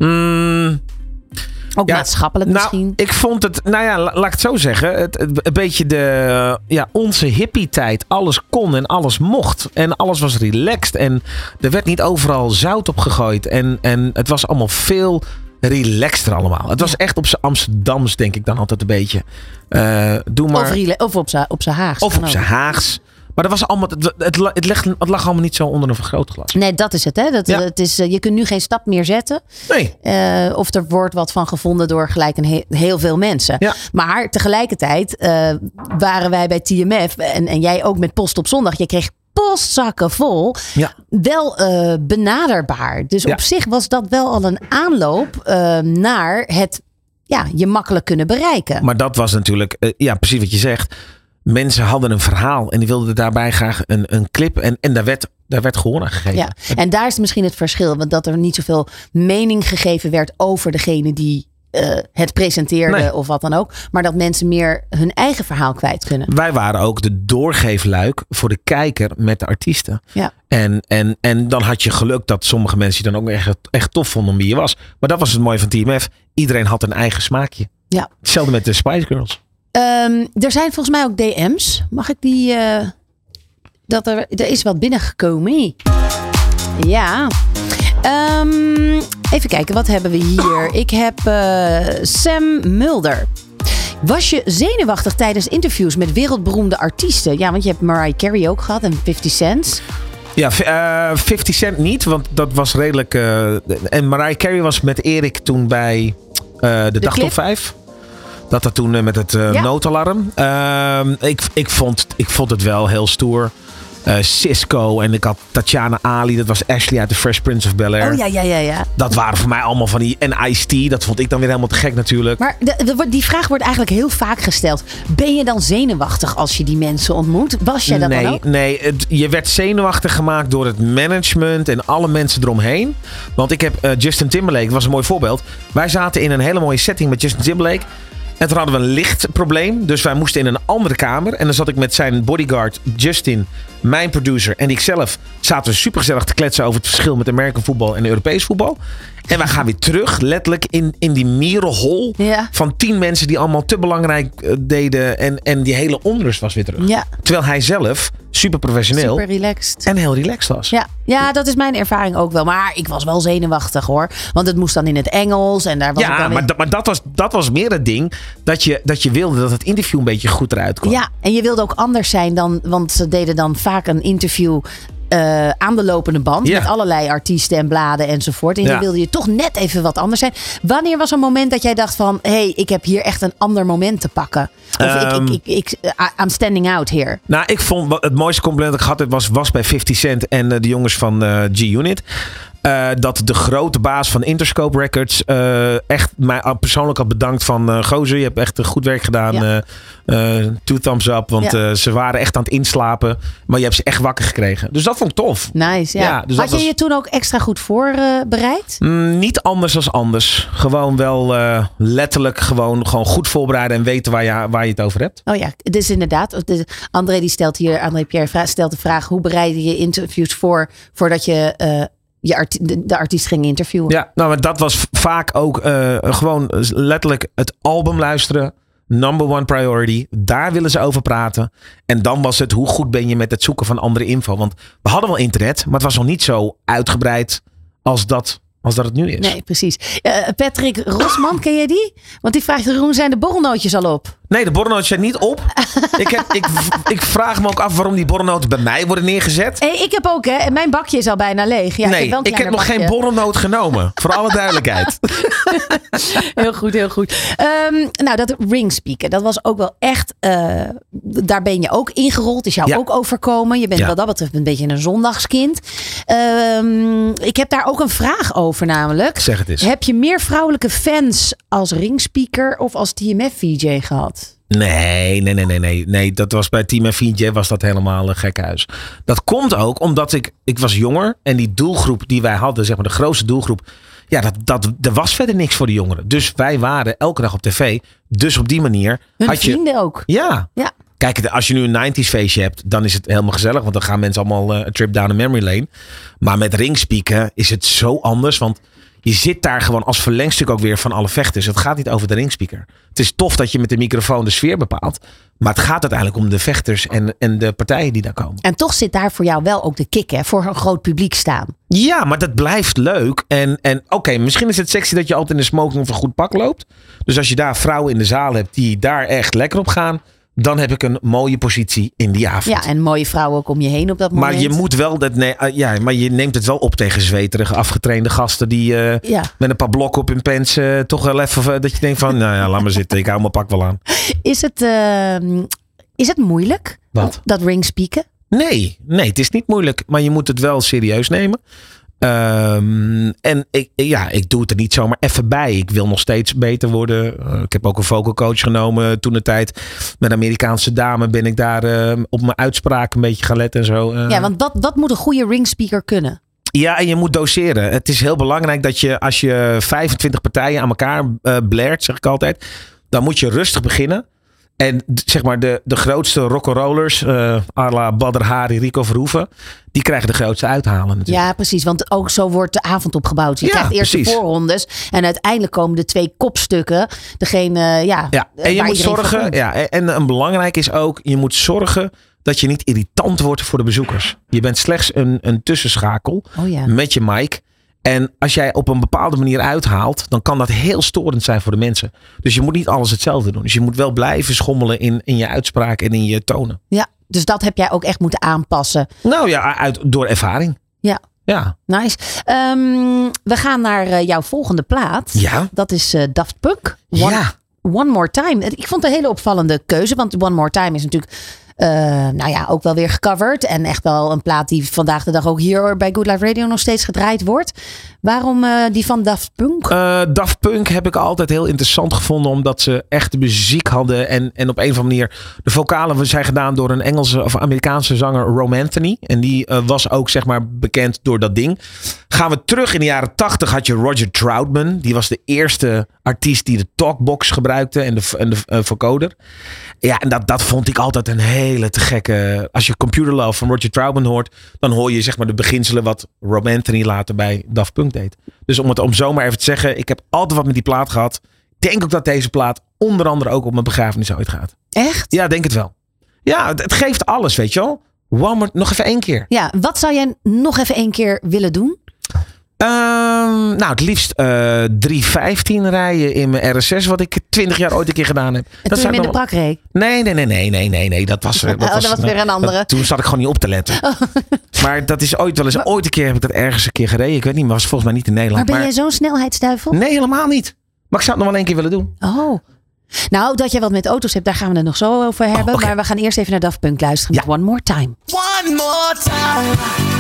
S5: Mm,
S3: Ook
S5: ja,
S3: maatschappelijk
S5: nou,
S3: misschien?
S5: Ik vond het, nou ja, la- laat ik het zo zeggen. Het, het- een beetje de, ja, onze hippie-tijd. Alles kon en alles mocht. En alles was relaxed. En er werd niet overal zout op gegooid. En, en het was allemaal veel relaxter allemaal. Het was echt op zijn Amsterdams, denk ik dan altijd een beetje. Uh, doe maar.
S3: Of, rela- of op zijn op zijn Haags.
S5: Of
S3: kan
S5: op zijn
S3: ook.
S5: Haags. Maar dat was allemaal, het, het, lag- het, lag, het lag allemaal niet zo onder een vergrootglas.
S3: Nee, dat is het. Hè? Dat,
S5: Ja.
S3: het is, uh, je kunt nu geen stap meer zetten.
S5: Nee.
S3: Uh, of er wordt wat van gevonden door gelijk een he- heel veel mensen.
S5: Ja.
S3: Maar tegelijkertijd uh, waren wij bij T M F en, en jij ook met Post op Zondag. Je kreeg postzakken vol.
S5: Ja.
S3: Wel uh, benaderbaar. Dus
S5: Ja.
S3: op zich was dat wel al een aanloop uh, naar het ja, je makkelijk kunnen bereiken.
S5: Maar dat was natuurlijk, uh, ja, precies wat je zegt. Mensen hadden een verhaal en die wilden daarbij graag een, een clip. En, en daar, werd, daar werd gehoor aan gegeven.
S3: Ja, en daar is misschien het verschil. Want dat er niet zoveel mening gegeven werd over degene die uh, het presenteerde
S5: Nee.
S3: of wat dan ook. Maar dat mensen meer hun eigen verhaal kwijt kunnen.
S5: Wij waren ook de doorgeefluik voor de kijker met de artiesten.
S3: Ja.
S5: En, en, en dan had je geluk dat sommige mensen je dan ook echt, echt tof vonden om wie je was. Maar dat was het mooie van T M F. Iedereen had een eigen smaakje.
S3: Ja.
S5: Hetzelfde met de Spice Girls.
S3: Um, er zijn volgens mij ook D M's. Mag ik die... Uh, dat er, er is wat binnengekomen. Ja. Um, even kijken, wat hebben we hier? Ik heb uh, Sam Mulder. Was je zenuwachtig tijdens interviews met wereldberoemde artiesten? Ja, want je hebt Mariah Carey ook gehad en fifty Cent.
S5: Ja, uh, fifty Cent niet, want dat was redelijk... Uh, en Mariah Carey was met Erik toen bij uh, de, de Dag Top vijf. Dat dat toen uh, met het uh,
S3: ja.
S5: noodalarm. Uh, ik, ik, vond, ik vond het wel heel stoer. uh, Cisco. En ik had Tatjana Ali. Dat was Ashley uit The Fresh Prince of Bel-Air.
S3: Oh ja, ja, ja, ja.
S5: Dat waren voor mij allemaal van die... En Ice-T, dat vond ik dan weer helemaal te gek natuurlijk.
S3: Maar de, de, die vraag wordt eigenlijk heel vaak gesteld. Ben je dan zenuwachtig als je die mensen ontmoet? Was jij dat
S5: nee,
S3: dan ook?
S5: Nee, het, je werd zenuwachtig gemaakt door het management en alle mensen eromheen. Want ik heb uh, Justin Timberlake, dat was een mooi voorbeeld. Wij zaten in een hele mooie setting met Justin Timberlake. En toen hadden we een lichtprobleem. Dus wij moesten in een andere kamer. En dan zat ik met zijn bodyguard Justin, mijn producer en ikzelf. Zaten we supergezellig te kletsen over het verschil met American voetbal en Europees voetbal. En wij gaan weer terug, letterlijk in, in die mierenhol
S3: Ja.
S5: van tien mensen die allemaal te belangrijk uh, deden. En, en die hele onrust was weer terug.
S3: Ja.
S5: Terwijl hij zelf super professioneel
S3: Super relaxed.
S5: en heel relaxed was.
S3: Ja. ja, dat is mijn ervaring ook wel. Maar ik was wel zenuwachtig hoor. Want het moest dan in het Engels. En daar was ik
S5: Ja,
S3: dan
S5: maar,
S3: weer...
S5: dat, maar dat, was, dat was meer het ding. Dat je, dat je wilde dat het interview een beetje goed eruit kwam.
S3: Ja, en je wilde ook anders zijn dan... Want ze deden dan vaak een interview... Uh, aan de lopende band.
S5: Ja.
S3: Met allerlei artiesten en bladen enzovoort. En
S5: Ja.
S3: dan wilde je toch net even wat anders zijn. Wanneer was een moment dat jij dacht van... Hé, hey, ik heb hier echt een ander moment te pakken. Of
S5: Um,
S3: ik, ik, ik, ik, I'm standing out here.
S5: Nou, ik vond wat het mooiste compliment dat ik gehad heb was, was bij fifty Cent en uh, de jongens van uh, G-Unit. Uh, dat de grote baas van Interscope Records uh, echt mij persoonlijk had bedankt van uh, gozer, je hebt echt goed werk gedaan.
S3: Ja.
S5: Uh, uh, two thumbs up, want
S3: Ja.
S5: uh, ze waren echt aan het inslapen. Maar je hebt ze echt wakker gekregen. Dus dat vond ik tof.
S3: Nice, ja.
S5: Ja, dus
S3: Had
S5: dat
S3: je
S5: was-
S3: je toen ook extra goed voorbereid?
S5: Mm, niet anders dan anders. Gewoon wel uh, letterlijk gewoon, gewoon goed voorbereiden en weten waar je, waar je het over hebt.
S3: Oh ja, het is inderdaad. de- André die stelt hier, André Pierre vra- stelt de vraag: hoe bereid je je interviews voor voordat je uh, je arti- de, de artiest ging interviewen?
S5: Ja, nou, maar dat was v- vaak ook uh, gewoon letterlijk het album luisteren. Number one priority. Daar willen ze over praten. En dan was het hoe goed ben je met het zoeken van andere info. Want we hadden wel internet, maar het was nog niet zo uitgebreid als dat, als dat het nu is.
S3: Nee, precies. Uh, Patrick Rosman, ken je die? Want die vraagt: Jeroen, zijn de borrelnootjes al op?
S5: Nee, de borrelnoten zijn niet op. ik, heb, ik, ik vraag me ook af waarom die borrelnoten bij mij worden neergezet.
S3: Hey, ik heb ook, hè? En mijn bakje is al bijna leeg. Ja,
S5: nee,
S3: ik heb, wel een
S5: ik heb nog
S3: kleiner
S5: geen
S3: bakje.
S5: borrelnoot genomen. Voor alle duidelijkheid.
S3: Heel goed, heel goed. Um, nou, dat ringspeaken, dat was ook wel echt... Uh, daar ben je ook ingerold. Is jou
S5: Ja.
S3: ook overkomen. Je bent
S5: Ja.
S3: wat dat betreft een beetje een zondagskind. Um, ik heb daar ook een vraag over namelijk.
S5: Zeg het eens.
S3: Heb je meer vrouwelijke fans als ringspeaker of als T M F-V J gehad?
S5: Nee, nee, nee, nee, nee. Nee, dat was bij Team V J was dat helemaal een gekhuis. Dat komt ook omdat ik, ik was jonger en die doelgroep die wij hadden, zeg maar de grootste doelgroep, ja, dat, dat, er was verder niks voor de jongeren. Dus wij waren elke dag op tv. Dus op die manier
S3: Hun
S5: had je...
S3: vrienden ook.
S5: Ja.
S3: Ja.
S5: Kijk, als je nu een nineties feestje hebt, dan is het helemaal gezellig. Want dan gaan mensen allemaal uh, een trip down a memory lane. Maar met ringspieken is het zo anders. Want je zit daar gewoon als verlengstuk ook weer van alle vechters. Het gaat niet over de ringspeaker. Het is tof dat je met de microfoon de sfeer bepaalt. Maar het gaat uiteindelijk om de vechters en, en de partijen die daar komen.
S3: En toch zit daar voor jou wel ook de kick, hè? Voor een groot publiek staan.
S5: Ja, maar dat blijft leuk. En, en oké, okay, misschien is het sexy dat je altijd in een smoking of een goed pak loopt. Dus als je daar vrouwen in de zaal hebt die daar echt lekker op gaan, dan heb ik een mooie positie in die avond.
S3: Ja, en mooie vrouwen ook om je heen op dat moment.
S5: Maar je moet wel dat nee, uh, ja, maar je neemt het wel op tegen zweterige, afgetrainde gasten die uh,
S3: Ja.
S5: met een paar blokken op hun pens uh, toch wel even uh, dat je denkt van, nou ja, laat maar zitten, ik hou mijn pak wel aan.
S3: Is het, uh, is het moeilijk?
S5: Wat?
S3: Dat ringspieken?
S5: Nee, nee, het is niet moeilijk, maar je moet het wel serieus nemen. Um, en ik, ja, ik doe het er niet zomaar even bij. Ik wil nog steeds beter worden. Uh, ik heb ook een vocal coach genomen toen de tijd. Met een Amerikaanse dame ben ik daar uh, op mijn uitspraak een beetje gaan letten en zo. Uh,
S3: Ja, want wat, wat moet een goede ringspeaker kunnen?
S5: Ja, en je moet doseren. Het is heel belangrijk dat je als je vijfentwintig partijen aan elkaar uh, blert, zeg ik altijd, dan moet je rustig beginnen. En zeg maar de, de grootste rock'n'rollers, uh, à la Badr Hari, Rico Verhoeven, die krijgen de grootste uithalen natuurlijk.
S3: Ja, precies. Want ook zo wordt de avond opgebouwd. Je
S5: Ja,
S3: krijgt eerst
S5: precies.
S3: de voorrondes. En uiteindelijk komen de twee kopstukken. Degene, ja.
S5: Ja, en je
S3: waar
S5: moet
S3: iedereen voor
S5: zorgen,
S3: komt.
S5: ja, en, en een belangrijk is ook, je moet zorgen dat je niet irritant wordt voor de bezoekers. Je bent slechts een, een tussenschakel
S3: Oh ja.
S5: met je mic. En als jij op een bepaalde manier uithaalt, dan kan dat heel storend zijn voor de mensen. Dus je moet niet alles hetzelfde doen. Dus je moet wel blijven schommelen in, in je uitspraak en in je tonen.
S3: Ja, dus dat heb jij ook echt moeten aanpassen.
S5: Nou ja, uit, door ervaring.
S3: Ja.
S5: Ja.
S3: Nice. Um, we gaan naar uh, jouw volgende plaat.
S5: Ja.
S3: Dat is uh, Daft Punk. One,
S5: Ja.
S3: One More Time. Ik vond het een hele opvallende keuze. Want One More Time is natuurlijk uh, nou ja, ook wel weer gecoverd. En echt wel een plaat die vandaag de dag ook hier bij Good Life Radio nog steeds gedraaid wordt. Waarom uh, die van Daft Punk?
S5: Uh, Daft Punk heb ik altijd heel interessant gevonden. Omdat ze echt de muziek hadden. En, en op een of andere manier. De vocalen zijn gedaan door een Engelse of Amerikaanse zanger Rom Anthony. En die uh, was ook zeg maar bekend door dat ding. Gaan we terug in de jaren tachtig had je Roger Troutman. Die was de eerste artiest die de talkbox gebruikte. En de, en de uh, vocoder. Ja, en dat, dat vond ik altijd een hele te gekke. Als je Computer Love van Roger Troutman hoort. Dan hoor je zeg maar de beginselen wat Rom Anthony later bij Daft Punk deed. Dus om het om zomaar even te zeggen. Ik heb altijd wat met die plaat gehad. Ik denk ook dat deze plaat onder andere ook op mijn begrafenis uitgaat.
S3: Echt?
S5: Ja, denk het wel. Ja, het, het geeft alles, weet je wel. One more, nog even één keer.
S3: Ja, wat zou jij nog even één keer willen doen?
S5: Um, nou, het liefst uh, drie vijftien rijden in mijn R S zes, wat ik twintig jaar ooit een keer gedaan heb.
S3: En dat toen je in de brak reed?
S5: Nee, nee, nee, nee, nee, nee, nee. Dat was, dat
S3: oh,
S5: was,
S3: dat was weer een andere.
S5: Dat, toen zat ik gewoon niet op te letten. Oh. Maar dat is ooit wel eens, maar, ooit een keer heb ik dat ergens een keer gereden. Ik weet niet, maar was volgens mij niet in Nederland.
S3: Maar ben
S5: maar,
S3: jij zo'n snelheidsduivel?
S5: Nee, helemaal niet. Maar ik zou het nog wel één keer willen doen.
S3: Oh. Nou, dat jij wat met auto's hebt, daar gaan we het nog zo over hebben. Oh, okay. Maar we gaan eerst even naar Daft Punk luisteren met ja. One More Time.
S11: One more time.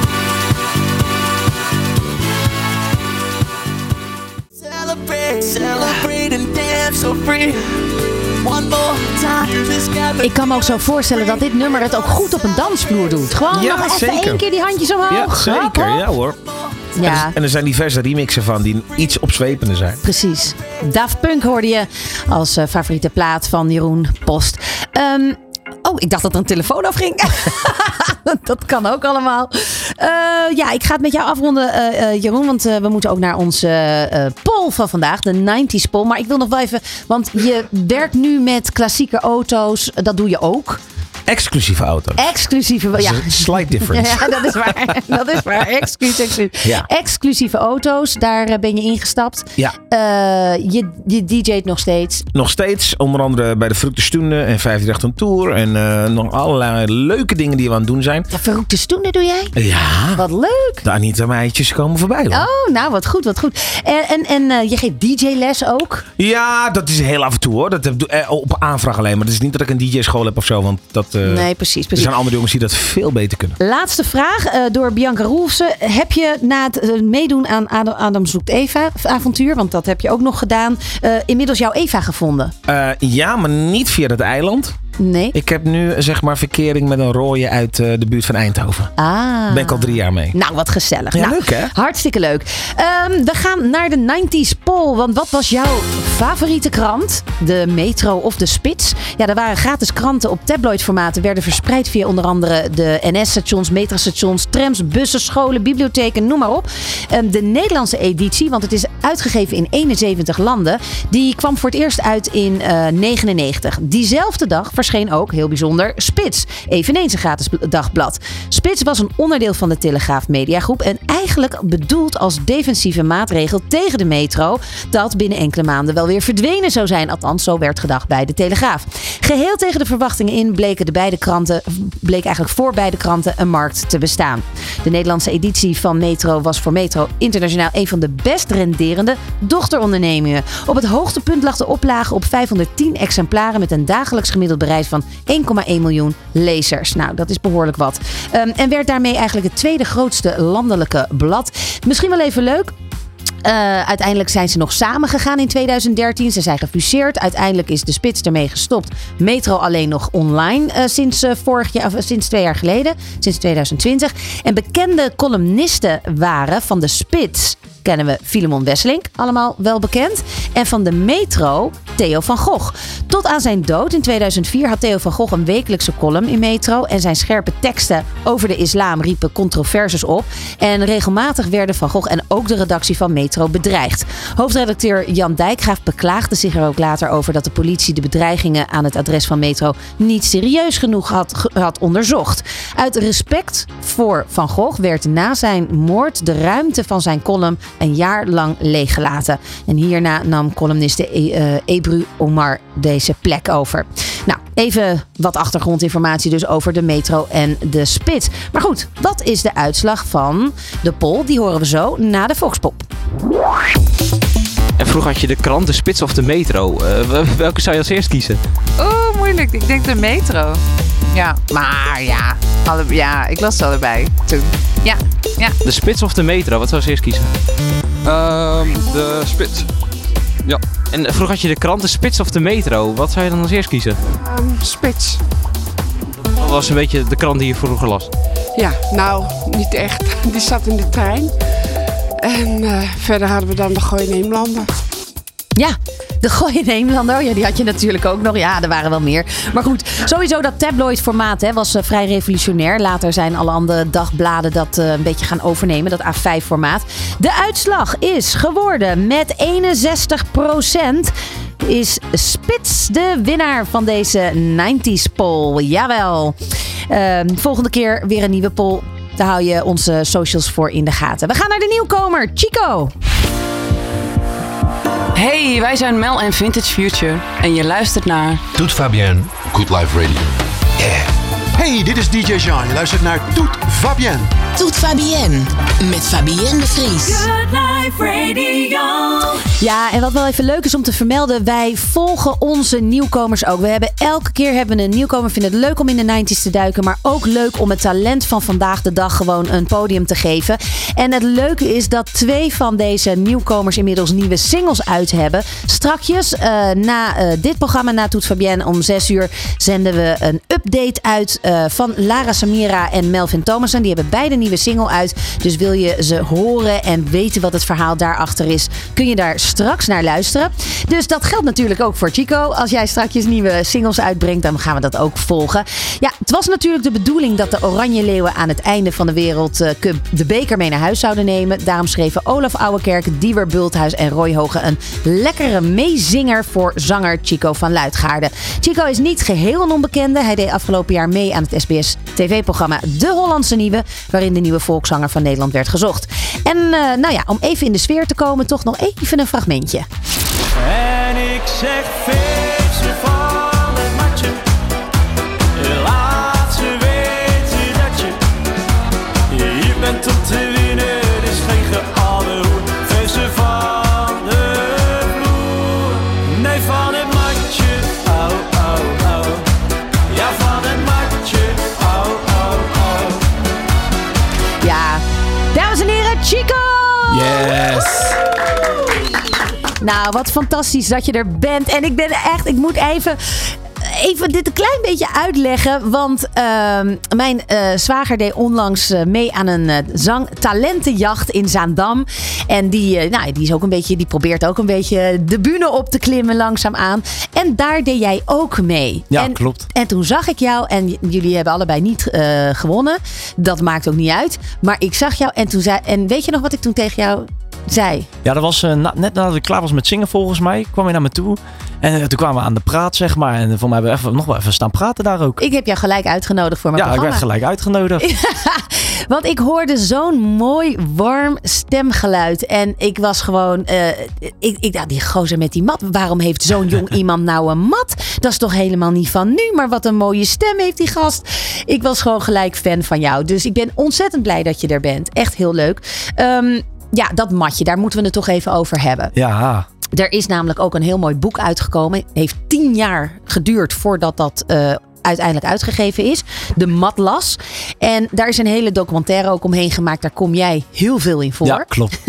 S11: Celebrate, celebrate and dance so free. One more time.
S3: Ik kan me ook zo voorstellen dat dit nummer het ook goed op een dansvloer doet. Gewoon
S5: ja,
S3: nog even
S5: zeker.
S3: één keer die handjes omhoog.
S5: Ja, zeker. Hop, hop. Ja hoor.
S3: Ja.
S5: En, en er zijn diverse remixen van die iets opzwepender zijn.
S3: Precies. Daft Punk hoorde je als uh, favoriete plaat van Jeroen Post. Um, oh, ik dacht dat er een telefoon afging. Dat kan ook allemaal. Uh, ja, ik ga het met jou afronden, uh, uh, Jeroen. Want uh, we moeten ook naar onze uh, poll van vandaag. De nineties poll. Maar ik wil nog wel even... Want je werkt nu met klassieke auto's. Dat doe je ook.
S5: Exclusieve auto's.
S3: Exclusieve, ja.
S5: Slight difference.
S3: Ja, dat is waar. Dat is waar. Exclusief, exclusief.
S5: Ja.
S3: Exclusieve auto's, daar ben je ingestapt.
S5: Ja.
S3: Uh, je, je D J't nog steeds.
S5: Nog steeds. Onder andere bij de Verroekte Stoende en vijfendertig on Tour. En uh, nog allerlei leuke dingen die we aan het doen zijn.
S3: De Verroekte Stoende doe jij?
S5: Ja.
S3: Wat leuk.
S5: De Anita meidjes komen voorbij hoor.
S3: Oh, nou wat goed, wat goed. En, en, en uh, je geeft D J-les ook?
S5: Ja, dat is heel af en toe hoor. Dat heb, uh, op aanvraag alleen. Maar het is niet dat ik een D J-school heb of zo. Want dat... Uh,
S3: Nee, precies, precies.
S5: Er zijn andere jongens die dat veel beter kunnen.
S3: Laatste vraag uh, door Bianca Roelfsen. Heb je na het uh, meedoen aan Adam, Adam zoekt Eva avontuur, want dat heb je ook nog gedaan, uh, inmiddels jouw Eva gevonden?
S5: Uh, ja, maar niet via het eiland.
S3: Nee.
S5: Ik heb nu zeg maar verkering met een rooie uit uh, de buurt van Eindhoven.
S3: Ah.
S5: Daar ben ik al drie jaar mee.
S3: Nou, wat gezellig.
S5: Ja,
S3: nou,
S5: leuk hè?
S3: Hartstikke leuk. Um, we gaan naar de nineties poll. Want wat was jouw favoriete krant? De Metro of de Spits? Ja, er waren gratis kranten op tabloidformaten. Werden verspreid via onder andere de N S-stations, metrostations, trams, bussen, scholen, bibliotheken, noem maar op. Um, de Nederlandse editie, want het is uitgegeven in eenenzeventig landen. Die kwam voor het eerst uit in uh, negenennegentig. Diezelfde dag verscheen ook, heel bijzonder, Spits. Eveneens een gratis dagblad. Spits was een onderdeel van de Telegraaf Mediagroep en eigenlijk bedoeld als defensieve maatregel tegen de metro, dat binnen enkele maanden wel weer verdwenen zou zijn. Althans, zo werd gedacht bij de Telegraaf. Geheel tegen de verwachtingen in bleken de beide kranten, bleek eigenlijk voor beide kranten een markt te bestaan. De Nederlandse editie van Metro was voor Metro internationaal een van de best renderende dochterondernemingen. Op het hoogtepunt lag de oplage op vijfhonderdtien exemplaren met een dagelijks gemiddeld bereik van één komma één miljoen lezers. Nou, dat is behoorlijk wat. Um, en werd daarmee eigenlijk het tweede grootste landelijke blad. Misschien wel even leuk. Uh, uiteindelijk zijn ze nog samen gegaan in tweeduizend dertien. Ze zijn gefuseerd. Uiteindelijk is de Spits ermee gestopt. Metro alleen nog online uh, sinds, uh, vorig jaar, of, sinds twee jaar geleden. Sinds tweeduizend twintig. En bekende columnisten waren van de Spits. Kennen we Filemon Wesselink, allemaal wel bekend. En van de Metro, Theo van Gogh. Tot aan zijn dood in tweeduizend vier had Theo van Gogh een wekelijkse column in Metro. En zijn scherpe teksten over de islam riepen controverses op. En regelmatig werden Van Gogh en ook de redactie van Metro bedreigd. Hoofdredacteur Jan Dijkgraaf beklaagde zich er ook later over dat de politie de bedreigingen aan het adres van Metro niet serieus genoeg had, had onderzocht. Uit respect voor Van Gogh werd na zijn moord de ruimte van zijn column een jaar lang leeggelaten. En hierna nam columniste uh, Ebru Omar deze plek over. Nou, even wat achtergrondinformatie dus over de Metro en de Spits. Maar goed, wat is de uitslag van de poll? Die horen we zo na de Volkspop.
S6: En vroeger had je de krant, de Spits of de Metro. Uh, welke zou je als eerst kiezen?
S7: Oeh, moeilijk. Ik denk de Metro. Ja, maar ja, alle, ja, ik las het allebei toen. Ja, ja.
S6: De spits of de metro? Wat zou je eerst kiezen?
S9: Um, de spits. Ja.
S6: En vroeger had je de krant, de spits of de metro. Wat zou je dan als eerst kiezen?
S8: Um, spits.
S6: Dat was een beetje de krant die je vroeger las.
S8: Ja, nou, niet echt. Die zat in de trein. En uh, verder hadden we dan de Gooi Neemlander.
S3: Ja, de Gooi Neemlander. Oh ja, die had je natuurlijk ook nog. Ja, er waren wel meer. Maar goed, sowieso dat tabloid formaat hè, was uh, vrij revolutionair. Later zijn alle andere dagbladen dat uh, een beetje gaan overnemen. Dat A vijf formaat. De uitslag is geworden met eenenzestig procent. Is Spits de winnaar van deze nineties poll. Jawel. Uh, volgende keer weer een nieuwe poll. Daar hou je onze socials voor in de gaten. We gaan naar de nieuwkomer, Chico.
S12: Hey, wij zijn Mel en Vintage Future en je luistert naar
S1: Toet Fabienne, Good Life Radio.
S13: Yeah. Hey, dit is D J Jean. Je luistert naar Toet Fabienne.
S2: Toet Fabienne met Fabienne de Vries.
S14: Good Life Radio.
S3: Ja, en wat wel even leuk is om te vermelden, wij volgen onze nieuwkomers ook. We hebben elke keer hebben we een nieuwkomer. Vinden het leuk om in de nineties te duiken, maar ook leuk om het talent van vandaag de dag gewoon een podium te geven. En het leuke is dat twee van deze nieuwkomers inmiddels nieuwe singles uit hebben. Strakjes, uh, na uh, dit programma, na Toet Fabienne om zes uur, zenden we een update uit uh, van Lara Samira en Melvin Thomassen. Die hebben beide nieuwe single uit. Dus wil je ze horen en weten wat het verhaal daarachter is, kun je daar straks naar luisteren. Dus dat geldt natuurlijk ook voor Chico. Als jij straks nieuwe singles uitbrengt, dan gaan we dat ook volgen. Ja, het was natuurlijk de bedoeling dat de Oranje Leeuwen aan het einde van de Wereldcup de beker mee naar huis zouden nemen. Daarom schreven Olaf Ouwekerk, Diewer Bulthuis en Roy Hoge een lekkere meezinger voor zanger Chico van Luitgaarden. Chico is niet geheel een onbekende. Hij deed afgelopen jaar mee aan het S B S tv-programma De Hollandse Nieuwe, waarin de nieuwe volkszanger van Nederland werd gezocht. En uh, nou ja, om even in de sfeer te komen, toch nog even een fragmentje.
S4: En ik zeg feestje van het matje. Laat ze weten dat je hier bent om te winnen. Het is geen geallehoer. Feestje van de vloer. Nee, van het matje. Au, au, au. Ja, van het matje. Au, au, au.
S3: Ja, dames en heren, Chico!
S5: Yes!
S3: Nou, wat fantastisch dat je er bent. En ik ben echt, ik moet even, even dit een klein beetje uitleggen. Want uh, mijn uh, zwager deed onlangs uh, mee aan een uh, zangtalentenjacht in Zaandam. En die, uh, nou, die, is ook een beetje, die probeert ook een beetje de bühne op te klimmen langzaamaan. En daar deed jij ook mee.
S10: Ja,
S3: en,
S10: klopt.
S3: En toen zag ik jou en j- jullie hebben allebei niet uh, gewonnen. Dat maakt ook niet uit. Maar ik zag jou en toen zei, en weet je nog wat ik toen tegen jou zei?
S10: Ja, dat was uh, na, net nadat ik klaar was met zingen volgens mij. Kwam je naar me toe. En uh, toen kwamen we aan de praat, zeg maar. En uh, voor mij hebben we even, nog wel even staan praten daar ook.
S3: Ik heb jou gelijk uitgenodigd voor mijn
S10: ja,
S3: programma.
S10: Ja, ik werd gelijk uitgenodigd.
S3: Want ik hoorde zo'n mooi, warm stemgeluid. En ik was gewoon... Uh, ik, ik dacht, die gozer met die mat. Waarom heeft zo'n jong iemand nou een mat? Dat is toch helemaal niet van nu. Maar wat een mooie stem heeft die gast. Ik was gewoon gelijk fan van jou. Dus ik ben ontzettend blij dat je er bent. Echt heel leuk. Um, ja, dat matje, daar moeten we het toch even over hebben.
S10: Ja.
S3: Er is namelijk ook een heel mooi boek uitgekomen. Het heeft tien jaar geduurd voordat dat uh, uiteindelijk uitgegeven is. De Matlas. En daar is een hele documentaire ook omheen gemaakt. Daar kom jij heel veel in voor.
S10: Ja, klopt.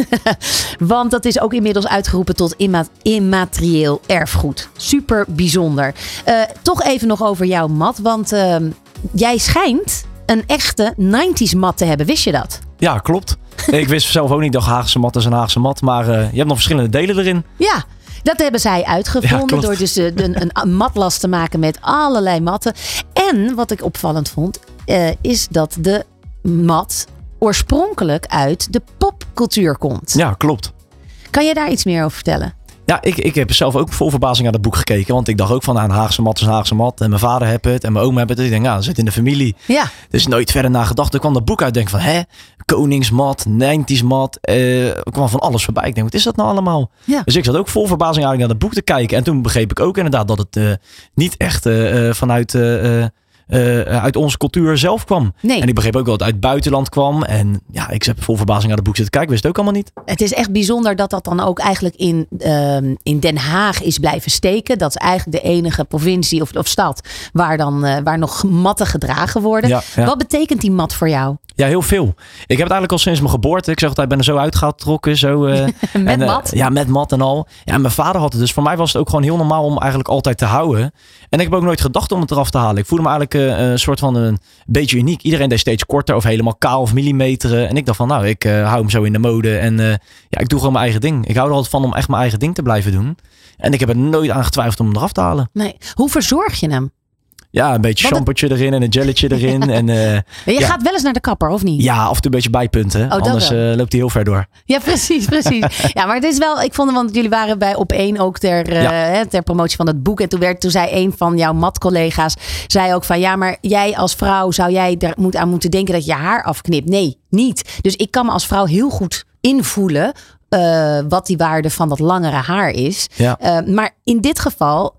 S3: Want dat is ook inmiddels uitgeroepen tot imma- immaterieel erfgoed. Super bijzonder. Uh, toch even nog over jouw mat. Want uh, jij schijnt een echte nineties mat te hebben. Wist je dat?
S10: Ja, klopt. Ik wist zelf ook niet dat Haagse mat is een Haagse mat. Maar uh, je hebt nog verschillende delen erin.
S3: Ja, dat hebben zij uitgevonden. Ja, door dus uh, een, een matlas te maken met allerlei matten. En wat ik opvallend vond, uh, is dat de mat oorspronkelijk uit de popcultuur komt.
S10: Ja, klopt.
S3: Kan je daar iets meer over vertellen?
S10: Ja, ik, ik heb zelf ook vol verbazing naar het boek gekeken. Want ik dacht ook van, nou, een Haagse mat is een Haagse mat. En mijn vader heeft het en mijn oom heeft het. Dus ik denk, ja, dat zit in de familie.
S3: Ja.
S10: Dus nooit verder na gedacht. Toen kwam dat boek uit. Denk van, hè? Koningsmat, nineties mat. Eh, er kwam van alles voorbij. Ik denk, wat is dat nou allemaal? Ja. Dus ik zat ook vol verbazing eigenlijk naar dat boek te kijken. En toen begreep ik ook inderdaad dat het uh, niet echt uh, vanuit uh, uh, uh, uit onze cultuur zelf kwam.
S3: Nee.
S10: En ik begreep ook wel dat het uit het buitenland kwam. En ja, ik heb vol verbazing naar de boek zitten kijken. Wist het ook allemaal niet.
S3: Het is echt bijzonder dat dat dan ook eigenlijk in, uh, in Den Haag is blijven steken. Dat is eigenlijk de enige provincie of, of stad waar, dan, uh, waar nog matten gedragen worden.
S10: Ja, ja.
S3: Wat betekent die mat voor jou?
S10: Ja, heel veel. Ik heb het eigenlijk al sinds mijn geboorte. Ik zeg altijd, ik ben er zo uitgetrokken. Zo, uh,
S3: met
S10: en, uh,
S3: mat?
S10: Ja, met mat en al. Ja, en mijn vader had het. Dus voor mij was het ook gewoon heel normaal om eigenlijk altijd te houden. En ik heb ook nooit gedacht om het eraf te halen. Ik voelde me eigenlijk uh, een soort van een beetje uniek. Iedereen deed steeds korter of helemaal kaal of millimeteren. En ik dacht van, nou, ik uh, hou hem zo in de mode. En uh, ja, ik doe gewoon mijn eigen ding. Ik hou er altijd van om echt mijn eigen ding te blijven doen. En ik heb er nooit aan getwijfeld om hem eraf te halen.
S3: Nee. Hoe verzorg je hem?
S10: Ja, een beetje shampootje erin en een jelletje erin. En, uh,
S3: je
S10: ja.
S3: gaat wel eens naar de kapper, of niet?
S10: Ja, af en toe een beetje bijpunten.
S3: Oh,
S10: anders uh, loopt hij heel ver door.
S3: Ja, precies, precies. Ja, maar het is wel, ik vond, want jullie waren bij Op één ook ter, uh, ja. ter promotie van het boek. En toen, werd, toen zei een van jouw matcollega's, zei ook van, ja, maar jij als vrouw, zou jij er moet aan moeten denken dat je haar afknipt? Nee, niet. Dus ik kan me als vrouw heel goed invoelen uh, wat die waarde van dat langere haar is.
S10: Ja.
S3: Uh, maar in dit geval,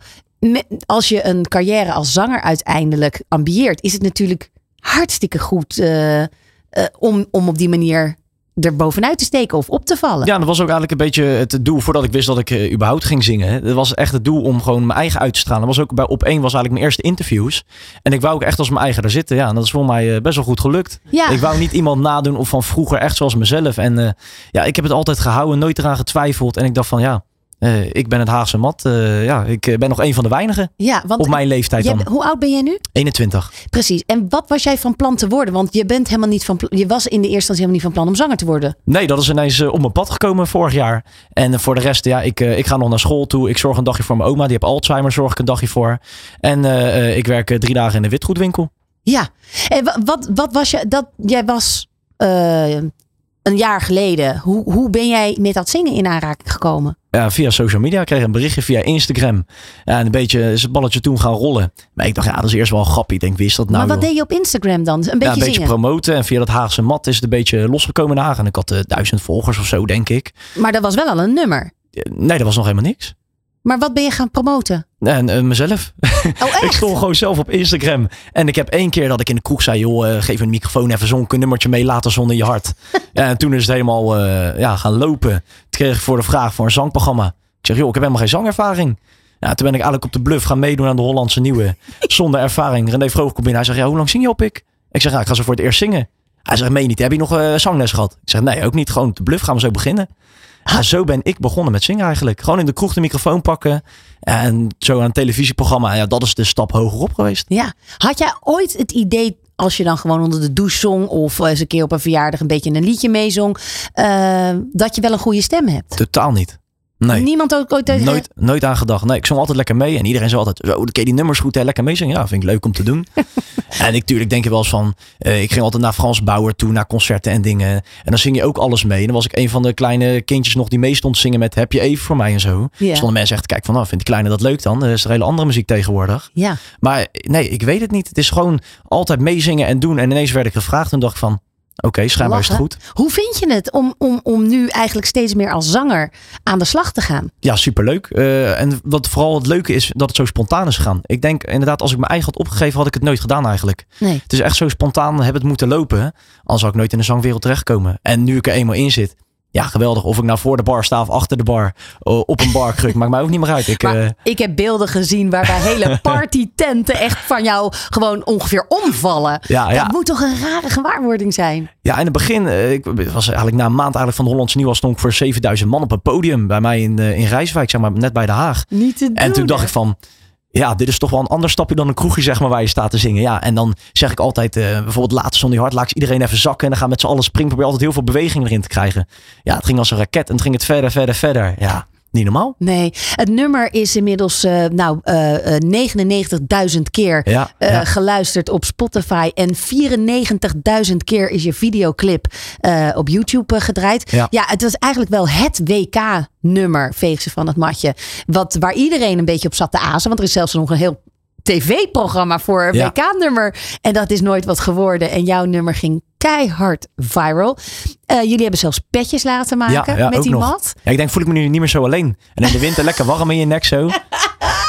S3: als je een carrière als zanger uiteindelijk ambieert, is het natuurlijk hartstikke goed uh, uh, om, om op die manier er bovenuit te steken of op te vallen.
S10: Ja, dat was ook eigenlijk een beetje het doel voordat ik wist dat ik uh, überhaupt ging zingen. Dat was echt het doel om gewoon mijn eigen uit te stralen. Dat was ook bij Op één was eigenlijk mijn eerste interviews. En ik wou ook echt als mijn eigen daar zitten. Ja, en dat is voor mij uh, best wel goed gelukt.
S3: Ja.
S10: Ik wou niet iemand nadoen of van vroeger echt zoals mezelf. En uh, ja, ik heb het altijd gehouden, nooit eraan getwijfeld. En ik dacht van ja, Uh, ik ben het Haagse mat. Uh, ja, ik ben nog een van de weinigen
S3: ja, want
S10: op mijn leeftijd
S3: jij,
S10: dan.
S3: Hoe oud ben jij nu?
S10: eenentwintig.
S3: Precies. En wat was jij van plan te worden? Want je bent helemaal niet van plan, je was in de eerste instantie helemaal niet van plan om zanger te worden.
S10: Nee, dat is ineens uh, op mijn pad gekomen vorig jaar. En uh, voor de rest, ja, ik, uh, ik ga nog naar school toe. Ik zorg een dagje voor mijn oma. Die heeft Alzheimer, zorg ik een dagje voor. En uh, uh, ik werk uh, drie dagen in de witgoedwinkel.
S3: Ja. En wat, wat, wat was je, dat jij was uh, een jaar geleden. Hoe, hoe ben jij met dat zingen in aanraking gekomen?
S10: Ja, via social media. Ik kreeg een berichtje via Instagram. Ja, en een beetje is het balletje toen gaan rollen. Maar ik dacht, ja, dat is eerst wel een grappie. Ik denk, wie is dat nou?
S3: Maar wat
S10: joh?
S3: deed je op Instagram dan? Een beetje
S10: ja, een beetje
S3: zingen?
S10: promoten. En via dat Haagse mat is het een beetje losgekomen in Haag. En ik had uh, duizend volgers of zo, denk ik.
S3: Maar dat was wel al een nummer.
S10: Nee, dat was nog helemaal niks.
S3: Maar wat ben je gaan promoten?
S10: En uh, mezelf.
S3: Oh, echt?
S10: Ik stond gewoon zelf op Instagram. En ik heb één keer dat ik in de kroeg zei, joh, uh, geef me een microfoon even zo'n nummertje mee, laten zonder je hart. Ja, en toen is het helemaal uh, ja, gaan lopen. Toen kreeg ik voor de vraag voor een zangprogramma. Ik zeg, joh, ik heb helemaal geen zangervaring. Ja, toen ben ik eigenlijk op de bluff gaan meedoen aan de Hollandse Nieuwe. Zonder ervaring. René Vroog komt binnen. Hij zegt, ja, hoe lang zing je op ik? Ik zeg, ja, ik ga zo voor het eerst zingen. Hij zegt, meen je niet, heb je nog uh, zangles gehad? Ik zeg, nee, ook niet. Gewoon op de bluff gaan we zo beginnen. Ja, zo ben ik begonnen met zingen eigenlijk. Gewoon in de kroeg de microfoon pakken. En zo aan een televisieprogramma. Ja, dat is de stap hogerop geweest.
S3: Ja. Had jij ooit het idee, als je dan gewoon onder de douche zong of eens een keer op een verjaardag een beetje een liedje meezong, uh, dat je wel een goede stem hebt?
S10: Totaal niet. Nee.
S3: Niemand ook ooit tegen...
S10: Nooit, nooit aan gedacht. Nee, ik zong altijd lekker mee. En iedereen zei altijd, zo, dan ken je die nummers goed, hè? Lekker meezingen. Ja, vind ik leuk om te doen. En ik natuurlijk denk je wel eens van, uh, ik ging altijd naar Frans Bauer toe, naar concerten en dingen. En dan zing je ook alles mee. En dan was ik een van de kleine kindjes nog die mee stond zingen met Heb je even voor mij en zo.
S3: Ja.
S10: Stonden mensen echt te kijken van, nou, vindt die kleine dat leuk dan? Dat is er hele andere muziek tegenwoordig.
S3: Ja.
S10: Maar nee, ik weet het niet. Het is gewoon altijd meezingen en doen. En ineens werd ik gevraagd en dacht ik van, oké, okay, schijnbaar is het goed.
S3: Hoe vind je het om, om, om nu eigenlijk steeds meer als zanger aan de slag te gaan?
S10: Ja, superleuk. Uh, en wat vooral het leuke is, dat het zo spontaan is gegaan. Ik denk inderdaad, als ik mijn eigen had opgegeven, had ik het nooit gedaan eigenlijk.
S3: Nee.
S10: Het is echt zo spontaan, heb het moeten lopen. Anders zou ik nooit in de zangwereld terechtkomen. En nu ik er eenmaal in zit, ja, geweldig. Of ik nou voor de bar sta of achter de bar, uh, op een barkruk, maakt mij ook niet meer uit. Ik,
S3: maar
S10: uh...
S3: ik heb beelden gezien waarbij hele partytenten echt van jou gewoon ongeveer omvallen.
S10: Ja,
S3: dat
S10: ja.
S3: moet toch een rare gewaarwording zijn?
S10: Ja, in het begin, uh, ik was eigenlijk na een maand eigenlijk van de Hollandse Nieuwe stond ik voor zevenduizend man op een podium bij mij in, uh, in Rijswijk, zeg maar, net bij De Haag.
S3: Niet te doen,
S10: en toen dacht
S3: hè?
S10: ik van, ja, dit is toch wel een ander stapje dan een kroegje, zeg maar, waar je staat te zingen. Ja, en dan zeg ik altijd, uh, bijvoorbeeld laatst zonder je hart, laat ik iedereen even zakken en dan gaan met z'n allen springen. Probeer altijd heel veel beweging erin te krijgen. Ja, het ging als een raket en het ging het verder, verder, verder. Ja, niet normaal.
S3: Nee, het nummer is inmiddels uh, nou, uh, uh, negenennegentigduizend keer
S10: ja,
S3: uh,
S10: ja.
S3: geluisterd op Spotify. En vierennegentigduizend keer is je videoclip uh, op YouTube uh, gedraaid.
S10: Ja.
S3: ja, het was eigenlijk wel het W K-nummer, Veeg ze van het matje. Wat, waar iedereen een beetje op zat te azen. Want er is zelfs nog een heel tv-programma voor een
S10: Ja.
S3: W K-nummer. En dat is nooit wat geworden. En jouw nummer ging keihard viral. Uh, jullie hebben zelfs petjes laten maken
S10: Ja, ja,
S3: met
S10: ook
S3: die
S10: nog.
S3: mat.
S10: Ja, ik denk, voel ik me nu niet meer zo alleen. En in de winter lekker warm in je nek zo.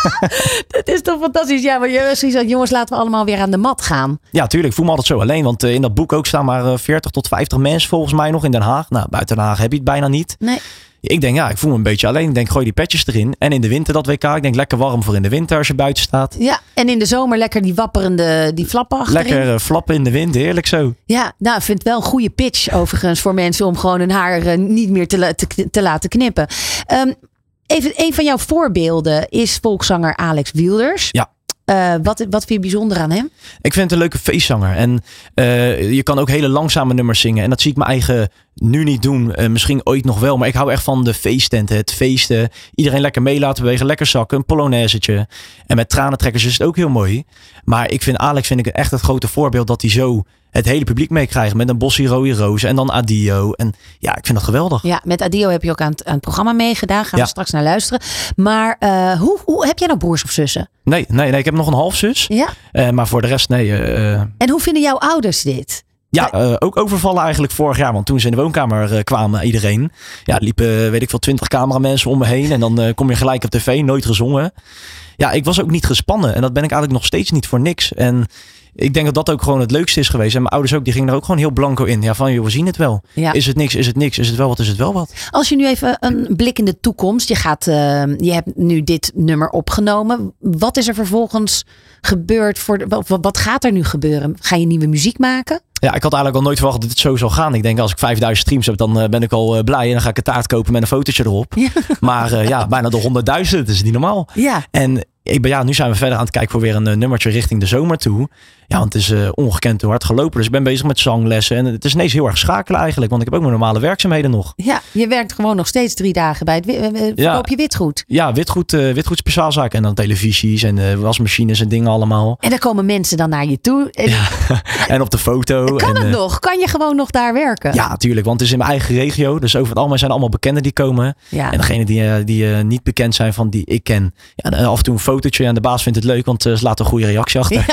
S3: Dat is toch fantastisch. Ja, maar je hebt zoiets van, jongens, laten we allemaal weer aan de mat gaan.
S10: Ja, tuurlijk. Ik voel me altijd zo alleen. Want uh, in dat boek ook staan maar uh, veertig tot vijftig mensen volgens mij nog in Den Haag. Nou, buiten Den Haag heb je het bijna niet.
S3: Nee.
S10: Ik denk, ja, ik voel me een beetje alleen. Ik denk, gooi die petjes erin. En in de winter dat W K. Ik denk, lekker warm voor in de winter als je buiten staat.
S3: Ja, en in de zomer lekker die wapperende, die flappen achterin.
S10: Lekker uh, flappen in de wind, heerlijk zo.
S3: Ja, nou, ik vind het wel een goede pitch overigens voor mensen om gewoon hun haar uh, niet meer te, la- te, te laten knippen. Um, even, een van jouw voorbeelden is volkszanger Alex Wilders.
S10: Ja.
S3: Uh, wat, wat vind je bijzonder aan hem?
S10: Ik vind het een leuke feestzanger. En uh, je kan ook hele langzame nummers zingen. En dat zie ik mijn eigen nu niet doen. Uh, misschien ooit nog wel. Maar ik hou echt van de feesttenten. Het feesten. Iedereen lekker mee laten bewegen. Lekker zakken. Een polonaisetje. En met tranentrekkers is het ook heel mooi. Maar ik vind Alex vind ik echt het grote voorbeeld dat hij zo het hele publiek meekrijgt. Met een bossie rode rozen. En dan Adio. En ja, ik vind dat geweldig.
S3: Ja, met Adio heb je ook aan het, aan het programma meegedaan. Gaan
S10: ja.
S3: we straks naar luisteren. Maar uh, hoe, hoe heb jij nou broers of zussen?
S10: Nee, nee, nee, ik heb nog een halfzus.
S3: Ja.
S10: Uh, maar voor de rest, nee. Uh,
S3: en hoe vinden jouw ouders dit?
S10: Ja, uh, ook overvallen eigenlijk vorig jaar. Want toen ze in de woonkamer uh, kwamen, iedereen. Ja, liepen, weet ik veel, twintig cameramensen om me heen. En dan uh, kom je gelijk op tv, nooit gezongen. Ja, ik was ook niet gespannen. En dat ben ik eigenlijk nog steeds niet voor niks. En ik denk dat dat ook gewoon het leukste is geweest. En mijn ouders ook, die gingen er ook gewoon heel blanco in. Ja, van, joh, we zien het wel.
S3: Ja.
S10: Is het niks, is het niks. Is het wel wat, is het wel wat.
S3: Als je nu even een blik in de toekomst. Je, gaat, uh, je hebt nu dit nummer opgenomen. Wat is er vervolgens gebeurd? Voor de, wat, wat gaat er nu gebeuren? Ga je nieuwe muziek maken?
S10: Ja, ik had eigenlijk al nooit verwacht dat het zo zou gaan. Ik denk, als ik vijfduizend streams heb, dan uh, ben ik al uh, blij. En dan ga ik een taart kopen met een fotootje erop. Ja. Maar uh, ja, bijna de honderdduizend. Dat is niet normaal.
S3: Ja.
S10: En ik ben, ja, nu zijn we verder aan het kijken voor weer een uh, nummertje richting de zomer toe. Ja, want het is uh, ongekend hoe hard gelopen. Dus ik ben bezig met zanglessen. En het is ineens heel erg schakelen eigenlijk. Want ik heb ook mijn normale werkzaamheden nog.
S3: Ja, je werkt gewoon nog steeds drie dagen bij het uh, verkoop
S10: ja.
S3: je witgoed.
S10: Ja, witgoed, uh, witgoed speciaalzaken. En dan televisies en uh, wasmachines en dingen allemaal.
S3: En dan komen mensen dan naar je toe. En,
S10: ja. en op de foto.
S3: Kan
S10: en,
S3: het
S10: uh,
S3: nog? Kan je gewoon nog daar werken?
S10: Ja, natuurlijk. Want het is in mijn eigen regio. Dus over het algemeen zijn allemaal bekenden die komen.
S3: Ja.
S10: En degene die, uh, die uh, niet bekend zijn van die ik ken. Ja, dan af en toe een fotootje. En de baas vindt het leuk. Want uh, ze laten een goede reactie achter.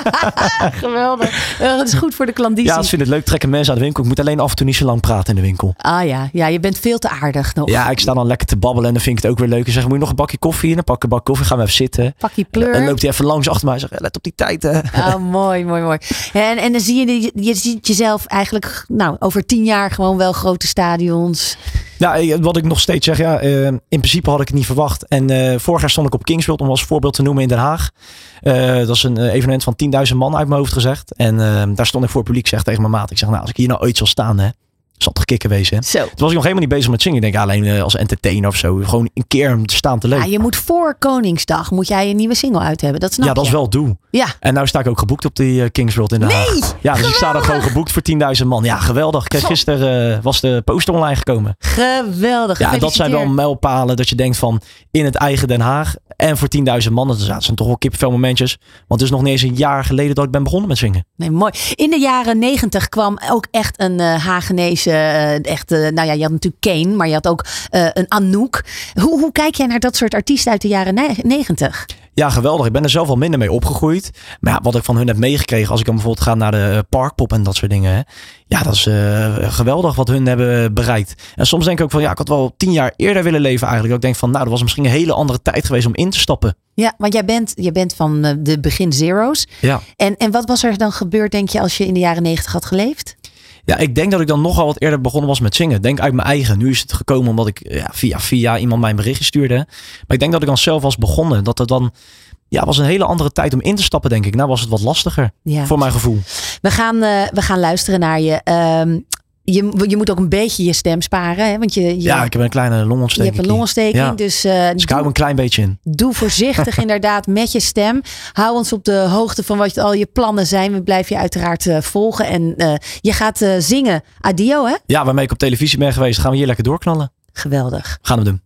S3: Ja, geweldig. Uh, dat is goed voor de klanditie.
S10: Ja, ze vinden het leuk. Trekken mensen aan de winkel. Ik moet alleen af en toe niet zo lang praten in de winkel.
S3: Ah ja, ja, je bent veel te aardig nog.
S10: Ja, ik sta dan lekker te babbelen. En dan vind ik het ook weer leuk. En zeggen, moet je nog een bakje koffie? En dan pak ik een bak koffie. Gaan we even zitten.
S3: Pakje pleur.
S10: En dan loopt hij even langs achter mij. En zegt, let op die tijd. Hè.
S3: Oh, mooi, mooi, mooi. En, en dan zie je, je ziet jezelf eigenlijk nou, over tien jaar gewoon wel grote stadions.
S10: Ja, wat ik nog steeds zeg, ja, uh, in principe had ik het niet verwacht. En uh, vorig jaar stond ik op Kingsfield, om als voorbeeld te noemen, in Den Haag. Uh, dat is een uh, evenement van tienduizend man uit mijn hoofd gezegd. En uh, daar stond ik voor het publiek, zeg tegen mijn maat. Ik zeg, nou, als ik hier nou ooit zal staan, hè, zal toch kicken wezen.
S3: Zo.
S10: Toen was ik nog helemaal niet bezig met zingen. Ik denk alleen uh, als entertainer of zo. Gewoon een keer te staan te leuk.
S3: Ja, je moet voor Koningsdag moet jij een nieuwe single uit hebben. Dat snap
S10: ja, dat
S3: je.
S10: is wel het doel.
S3: Ja.
S10: En nou sta ik ook geboekt op die uh, Kingsfield in Den Haag.
S3: Nee,
S10: ja, dus geweldig. Ik sta er gewoon geboekt voor tienduizend man. Ja, geweldig. Kijk, gisteren uh, was de poster online gekomen.
S3: Geweldig.
S10: Ja, dat zijn wel mijlpalen dat je denkt van in het eigen Den Haag en voor tienduizend man. Dat zijn toch wel kippenvel momentjes. Want het is nog niet eens een jaar geleden dat ik ben begonnen met zingen.
S3: Nee, mooi. In de jaren negentig kwam ook echt een uh, Hagenese, uh, echt, uh, nou ja, je had natuurlijk Kane, maar je had ook uh, een Anouk. Hoe, hoe kijk jij naar dat soort artiesten uit de jaren negentig?
S10: Ja, geweldig. Ik ben er zelf al minder mee opgegroeid. Maar ja, wat ik van hun heb meegekregen, als ik dan bijvoorbeeld ga naar de Parkpop en dat soort dingen. Hè. Ja, dat is uh, geweldig wat hun hebben bereikt. En soms denk ik ook van, ja, ik had wel tien jaar eerder willen leven eigenlijk. Ik denk van, nou, dat was misschien een hele andere tijd geweest om in te stappen.
S3: Ja, want jij bent, jij bent van uh, de begin zero's.
S10: Ja.
S3: En, en wat was er dan gebeurd, denk je, als je in de jaren negentig had geleefd?
S10: Ja, ik denk dat ik dan nogal wat eerder begonnen was met zingen. Denk uit mijn eigen. Nu is het gekomen omdat ik ja, via via iemand mijn berichtje stuurde. Maar ik denk dat ik dan zelf was begonnen. Dat het dan, ja, was een hele andere tijd om in te stappen, denk ik. Nou was het wat lastiger, ja, voor mijn gevoel.
S3: We gaan, uh, we gaan luisteren naar je. Um, je. Je moet ook een beetje je stem sparen. Hè? Want je, je,
S10: ja, ik heb een kleine longontsteking.
S3: Je hebt een longontsteking.
S10: Ja.
S3: Dus, uh,
S10: dus ik hou
S3: doe,
S10: een klein beetje in.
S3: Doe voorzichtig inderdaad met je stem. Hou ons op de hoogte van wat al je plannen zijn. We blijven je uiteraard uh, volgen. En uh, je gaat uh, zingen Adio, hè?
S10: Ja, waarmee ik op televisie ben geweest. Gaan we hier lekker doorknallen.
S3: Geweldig.
S10: Gaan we doen.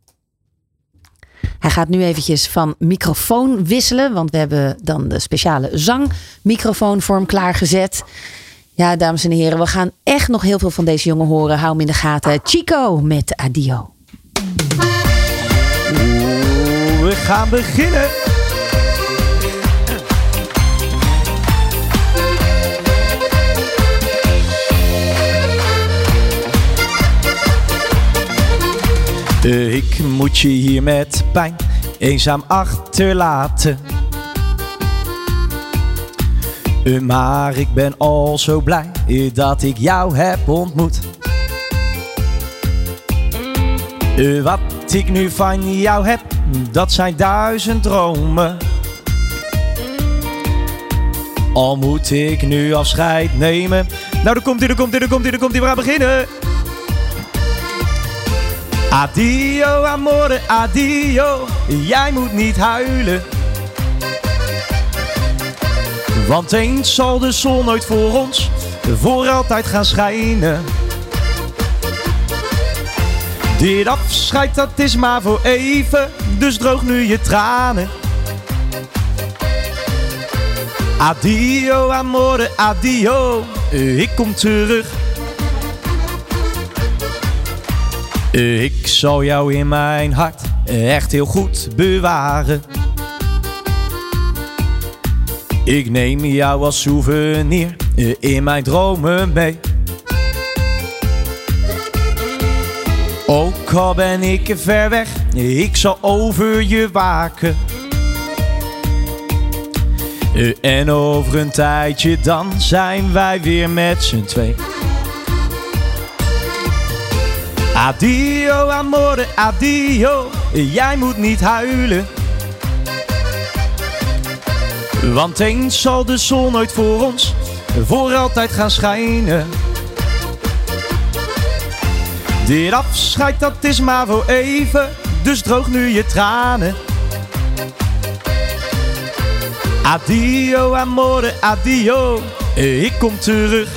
S3: Hij gaat nu eventjes van microfoon wisselen. Want we hebben dan de speciale zangmicrofoon voor hem klaargezet. Ja, dames en heren, we gaan echt nog heel veel van deze jongen horen. Hou hem in de gaten. Chico met Adio.
S10: Oeh, we gaan beginnen. Ik moet je hier met pijn eenzaam achterlaten. Uh, maar ik ben al zo blij uh, dat ik jou heb ontmoet. Uh, wat ik nu van jou heb, dat zijn duizend dromen. Al moet ik nu afscheid nemen. Nou, daar komt ie, daar komt ie, daar komt ie, daar komt ie. We gaan beginnen. Adio, amore, adio. Jij moet niet huilen. Want eens zal de zon nooit voor ons voor altijd gaan schijnen. Dit afscheid, dat is maar voor even. Dus droog nu je tranen. Adio, amore, adio. Ik kom terug. Ik zal jou in mijn hart echt heel goed bewaren. Ik neem jou als souvenir in mijn dromen mee. Ook al ben ik ver weg, ik zal over je waken. En over een tijdje dan zijn wij weer met z'n twee. Adio, amore, adio. Jij moet niet huilen. Want eens zal de zon nooit voor ons voor altijd gaan schijnen. Dit afscheid, dat is maar voor even. Dus droog nu je tranen. Adio, amore, adio. Ik kom terug.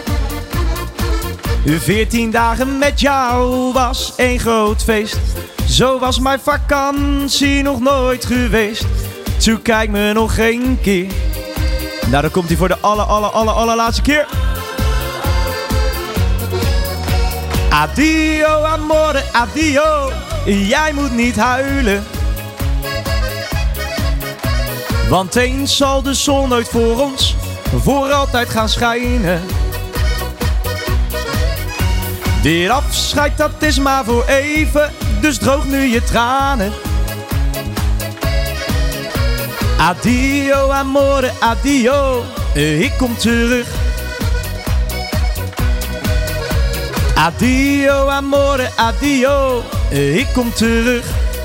S10: Veertien dagen met jou was één groot feest. Zo was mijn vakantie nog nooit geweest. Toen kijk me nog één keer. Nou, dan komt hij voor de aller, aller, aller, allerlaatste keer. Adio, amore, adio. Jij moet niet huilen. Want eens zal de zon nooit voor ons voor altijd gaan schijnen. Dit afscheid, dat is maar voor even. Dus droog nu je tranen. Adio, amore, adio. Ik kom terug. Adio, amore, adio. Ik kom terug.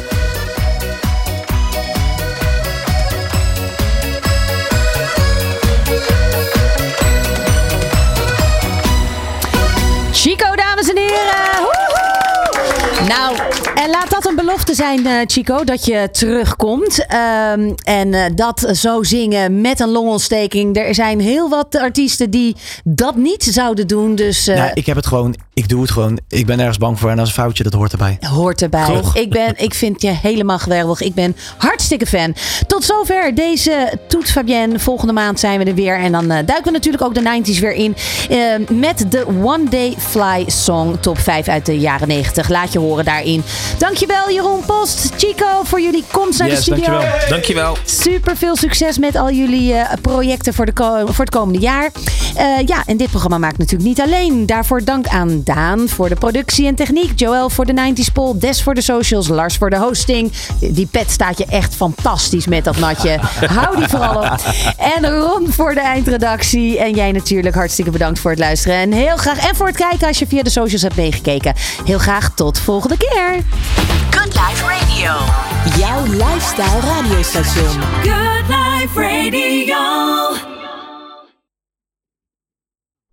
S3: Chico, dames en heren. Woehoe! Nou, en laat dat een belofte zijn, uh, Chico, dat je terugkomt. Um, en uh, dat zo zingen met een longontsteking. Er zijn heel wat artiesten die dat niet zouden doen. Dus, uh,
S10: nou, ik heb het gewoon, ik doe het gewoon. Ik ben ergens bang voor en als een foutje, dat hoort erbij.
S3: Hoort erbij.
S10: Toch?
S3: Ik, ben, ik vind je helemaal geweldig. Ik ben hartstikke fan. Tot zover deze Toet Fabienne. Volgende maand zijn we er weer. En dan uh, duiken we natuurlijk ook de negentig weer in. Uh, met de One Day Fly Song top vijf uit de jaren negentig. Laat je horen daarin. Dankjewel Jeroen Post, Chico, voor jullie komst naar
S5: yes,
S3: de studio.
S5: Dankjewel. dankjewel.
S3: Super veel succes met al jullie uh, projecten voor, de ko- voor het komende jaar. Uh, ja, en dit programma maakt natuurlijk niet alleen. Daarvoor dank aan Daan voor de productie en techniek. Joël voor de negentig poll. Des voor de socials. Lars voor de hosting. Die pet staat je echt fantastisch met dat natje. Hou die vooral op. En Ron voor de eindredactie. En jij natuurlijk hartstikke bedankt voor het luisteren. En heel graag. En voor het kijken als je via de socials hebt meegekeken. Heel graag tot volgende keer.
S2: Good Life Radio. Jouw lifestyle radiostation.
S14: Good Life Radio.